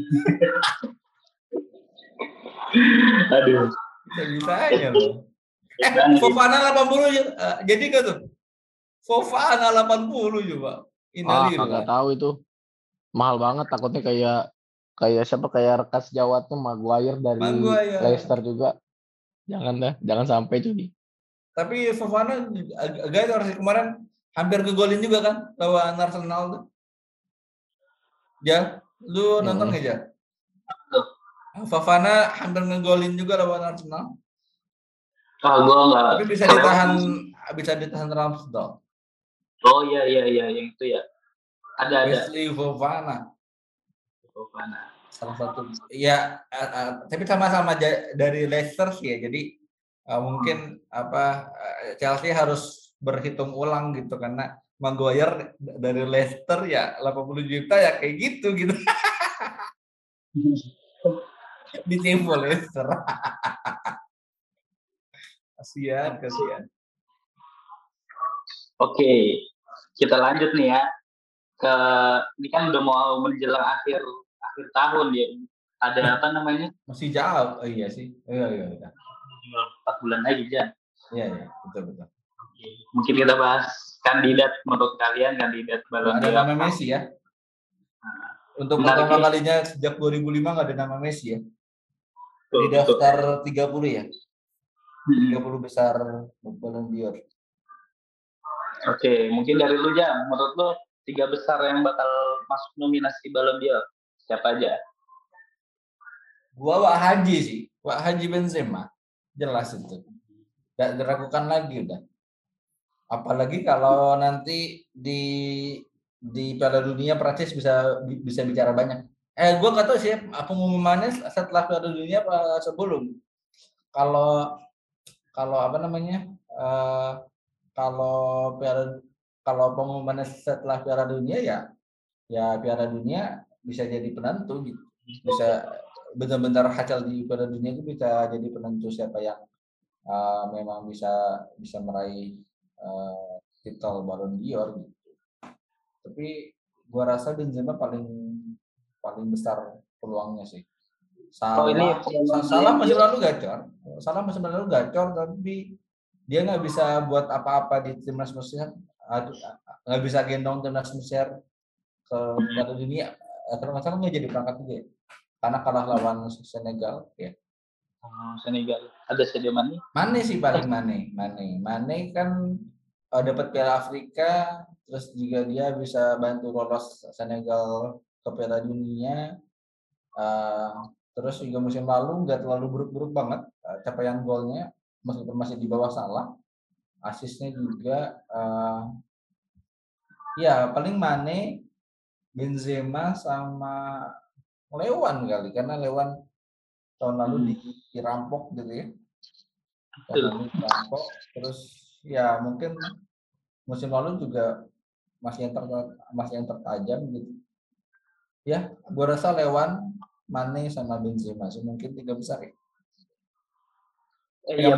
Aduh. Bisa aja loh. Fofana 80 jadi nggak tuh? Fofana 80 coba. Nggak tahu itu. Mahal banget, takutnya kayak siapa kayak rekas Jawa tuh Maguire dari Leicester juga. Jangan sampai cuy. Tapi Fofana agak harus kemarin hampir ngegolin juga kan lawan Arsenal tuh. Ya, lu nonton nggak ya? Fofana hampir ngegolin juga lawan Arsenal. Gua nggak. Tapi bisa ditahan Ramsdale. Oh iya yang itu ya. Ada. Wesley Fofana. Salah satu. Ya, tapi sama-sama dari Leicester sih ya. Jadi mungkin Chelsea harus berhitung ulang gitu karena Maguire dari Leicester ya 80 juta ya kayak gitu. Ditipu Leicester. Kasihan. Oke, kita lanjut nih ya ke ini kan udah mau menjelang akhir tahun ya. Ada apa namanya? Masih jauh. Oh iya sih. Iya. 4 bulan lagi Jan. Iya, betul. Oke. Mungkin kita bahas kandidat menurut kalian kandidat Ballon Ada d'Or. nama Messi ya. Untuk pertama kalinya sejak 2005 nggak ada nama Messi ya. Di daftar 30 ya. 30 besar Ballon d'Or. Oke, mungkin dari lu Jam, menurut lu 3 besar yang bakal masuk nominasi Ballon d'Or siapa aja? Gua Wak Haji sih, Wak Haji Benzema. Jelas itu. Gak diragukan lagi udah. Apalagi kalau nanti di Piala Dunia Prancis bisa bicara banyak. Gua nggak tahu sih pengumumannya setelah Piala Dunia apa sebelum. Kalau apa namanya? Kalau pengumumannya setelah Piala Dunia ya Piala Dunia bisa jadi penentu gitu. Bisa benar-benar hasil di Piala Dunia itu bisa jadi penentu siapa yang memang bisa meraih titel Ballon d'Or gitu. Tapi gua rasa Benzema paling besar peluangnya sih. Salah masih lalu gacor, tapi dia nggak bisa buat apa-apa di timnas Mesir, nggak bisa gendong timnas Mesir ke Piala Dunia. Kalau nggak salah nggak jadi berangkat juga ya, karena kalah lawan Senegal ya. Senegal ada Sadio Mane. Mane sih paling Mane kan dapat Piala Afrika, terus juga dia bisa bantu lolos Senegal ke Piala Dunia. Terus juga musim lalu nggak terlalu buruk-buruk banget capaian golnya, meskipun masih di bawah Salah. Asisnya juga ya paling Mane, Benzema sama Lewan kali, karena Lewan tahun lalu dirampok gitu ya. Terus ya mungkin musim lalu juga masih yang tertajam gitu. Ya, gua rasa Lewan, Mane sama Benzema mungkin 3 besar ya. Yang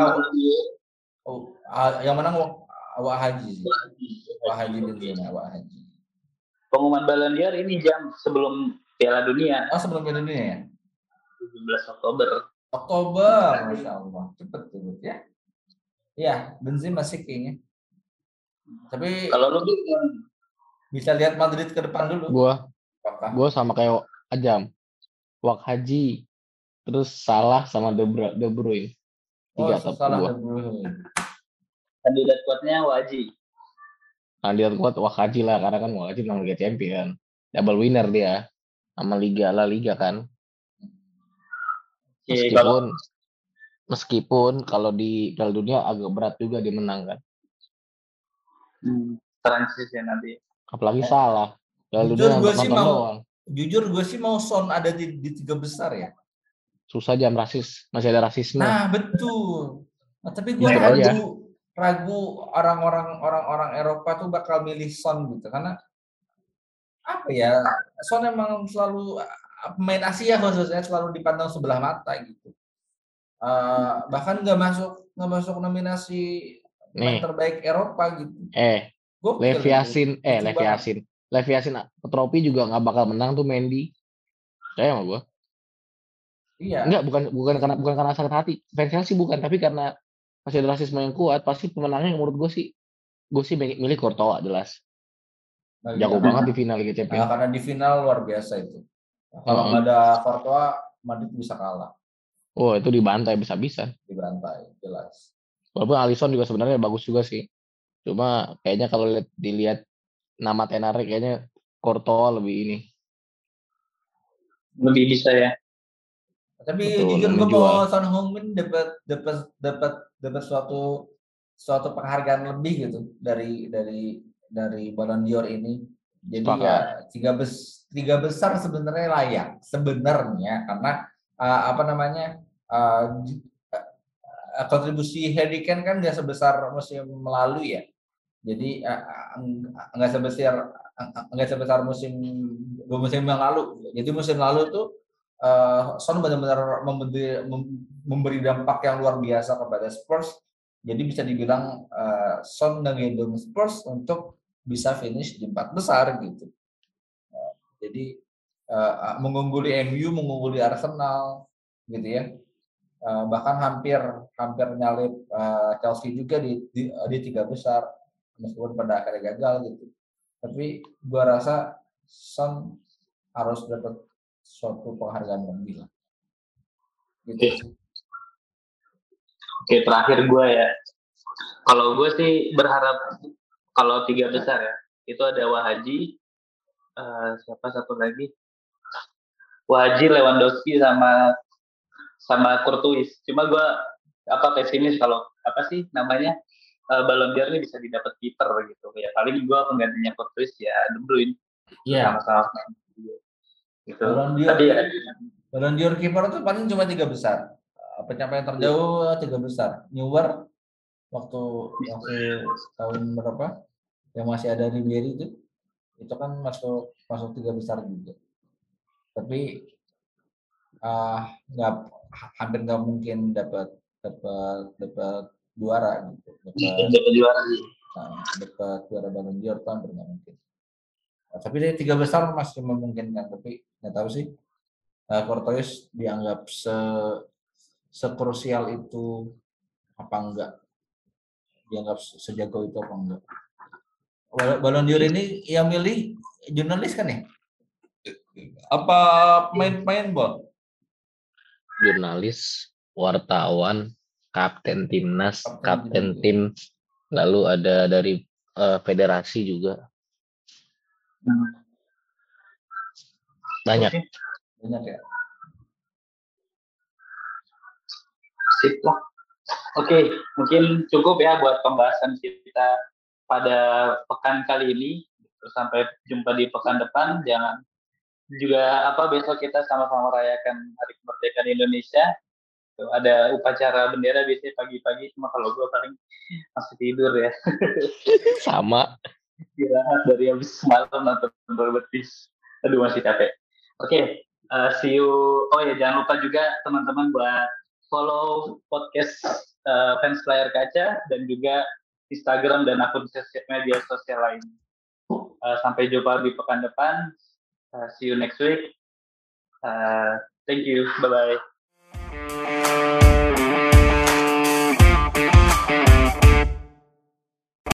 menang Wak Haji. Wak Haji Benzema, Wak Haji. Pengumuman Ballon d'Or ini Jam sebelum Piala Dunia. Oh, sebelum Piala Dunia ya? 17 Oktober. Masya Allah, cepet ya. Iya, Benzema sih kayaknya. Tapi kalau lu bisa lihat Madrid ke depan dulu. Gua sama kayak Ajam. Wak Haji, terus Salah sama De Bruyne. 3 top Salah gua. De Bruyne. Kandidat kuatnya Waji. Kandidat kuat Wak Haji lah, karena kan Wak Haji menang Liga Champion. Double winner dia sama La Liga kan. Meskipun kalau di Piala Dunia agak berat juga dia menang kan. Prancis ya nanti. Apalagi Salah. Piala Dunia nonton doang. Jujur gue sih mau Son ada di 3 besar ya. Susah Jam, masih ada rasisme. Nah, betul. Nah, tapi gue ragu orang-orang Eropa tuh bakal milih Son gitu, karena apa ya, Son emang selalu pemain Asia khususnya selalu dipandang sebelah mata gitu. Bahkan nggak masuk nominasi pemain terbaik Eropa gitu. Levi Yasin trofi juga nggak bakal menang tuh Mendy. Saya sama gue. Iya. Enggak, bukan karena sakit hati. Fans Chelsea bukan, tapi karena masih ada rasisme yang kuat. Pasti pemenangnya menurut gue sih milih Courtois jelas. Jago banget di final Liga Champions. Karena di final luar biasa itu. Kalau nggak ada Courtois, Madrid bisa kalah. Oh, itu dibantai bisa-bisa. Dibantai, jelas. Walaupun Alisson juga sebenarnya bagus juga sih. Cuma kayaknya kalau dilihat nama tenarnya kayaknya Courtois lebih bisa ya. Tapi jujur gue mau Son Heung-min dapat suatu penghargaan lebih gitu dari Ballon d'Or ini. Jadi ya tiga besar sebenarnya layak sebenarnya, karena kontribusi Harry Kane kan nggak sebesar musim lalu ya. Jadi nggak sebesar musim 2 musim yang lalu. Jadi musim lalu tuh Son benar-benar memberi dampak yang luar biasa kepada Spurs. Jadi bisa dibilang Son ngegendong Spurs untuk bisa finish di 4 besar gitu. Jadi mengungguli MU, mengungguli Arsenal gitu ya. Bahkan hampir nyalip Chelsea juga di 3 besar meskipun pada akhirnya gagal gitu. Tapi gua rasa Son harus dapat suatu penghargaan lebih lah. Gitu. Oke, terakhir gue ya. Kalau gue sih berharap kalau 3 besar ya, itu ada Wahaji, siapa satu lagi? Wahaji, Lewandowski sama Courtois. Cuma gue pesimis kalau namanya Ballon d'Or ini bisa didapat kiper gitu ya. Paling gue penggantinya Courtois ya De Bruyne. Iya. Sama-sama gitu. Ballon d'Or kiper itu paling cuma 3 besar. Pencapaian terjauh 3 besar. Neuer waktu tahun berapa? Yang masih ada Ribéry itu kan masuk 3 besar juga. Tapi hampir nggak mungkin dapat juara gitu. Dapat juara Ballon d'Or kan hampir nggak mungkin. Tapi 3 besar masih memungkinkan. Tapi nggak tahu sih. Courtois dianggap sekrusial itu apa enggak? Dianggap sejago itu apa enggak? Ballon d'Or ini yang milih jurnalis kan ya? Apa pemain bol? Jurnalis, wartawan, kapten timnas, kapten tim, lalu ada dari federasi juga. Banyak ya. Sip lah. Oke, mungkin cukup ya buat pembahasan kita pada pekan kali ini. Sampai jumpa di pekan depan. Jangan juga besok kita sama-sama merayakan Hari Kemerdekaan Indonesia. Tuh, ada upacara bendera biasanya pagi-pagi, cuma kalau gue paling masih tidur ya. Sama. Istirahat dari habis semalam nonton berbetis. Aduh, masih capek. Oke, see you. Oh ya, jangan lupa juga teman-teman buat follow podcast Fans Layar Kaca dan juga Instagram dan akun media sosial lain. Sampai jumpa di pekan depan. See you next week. Thank you. Bye-bye.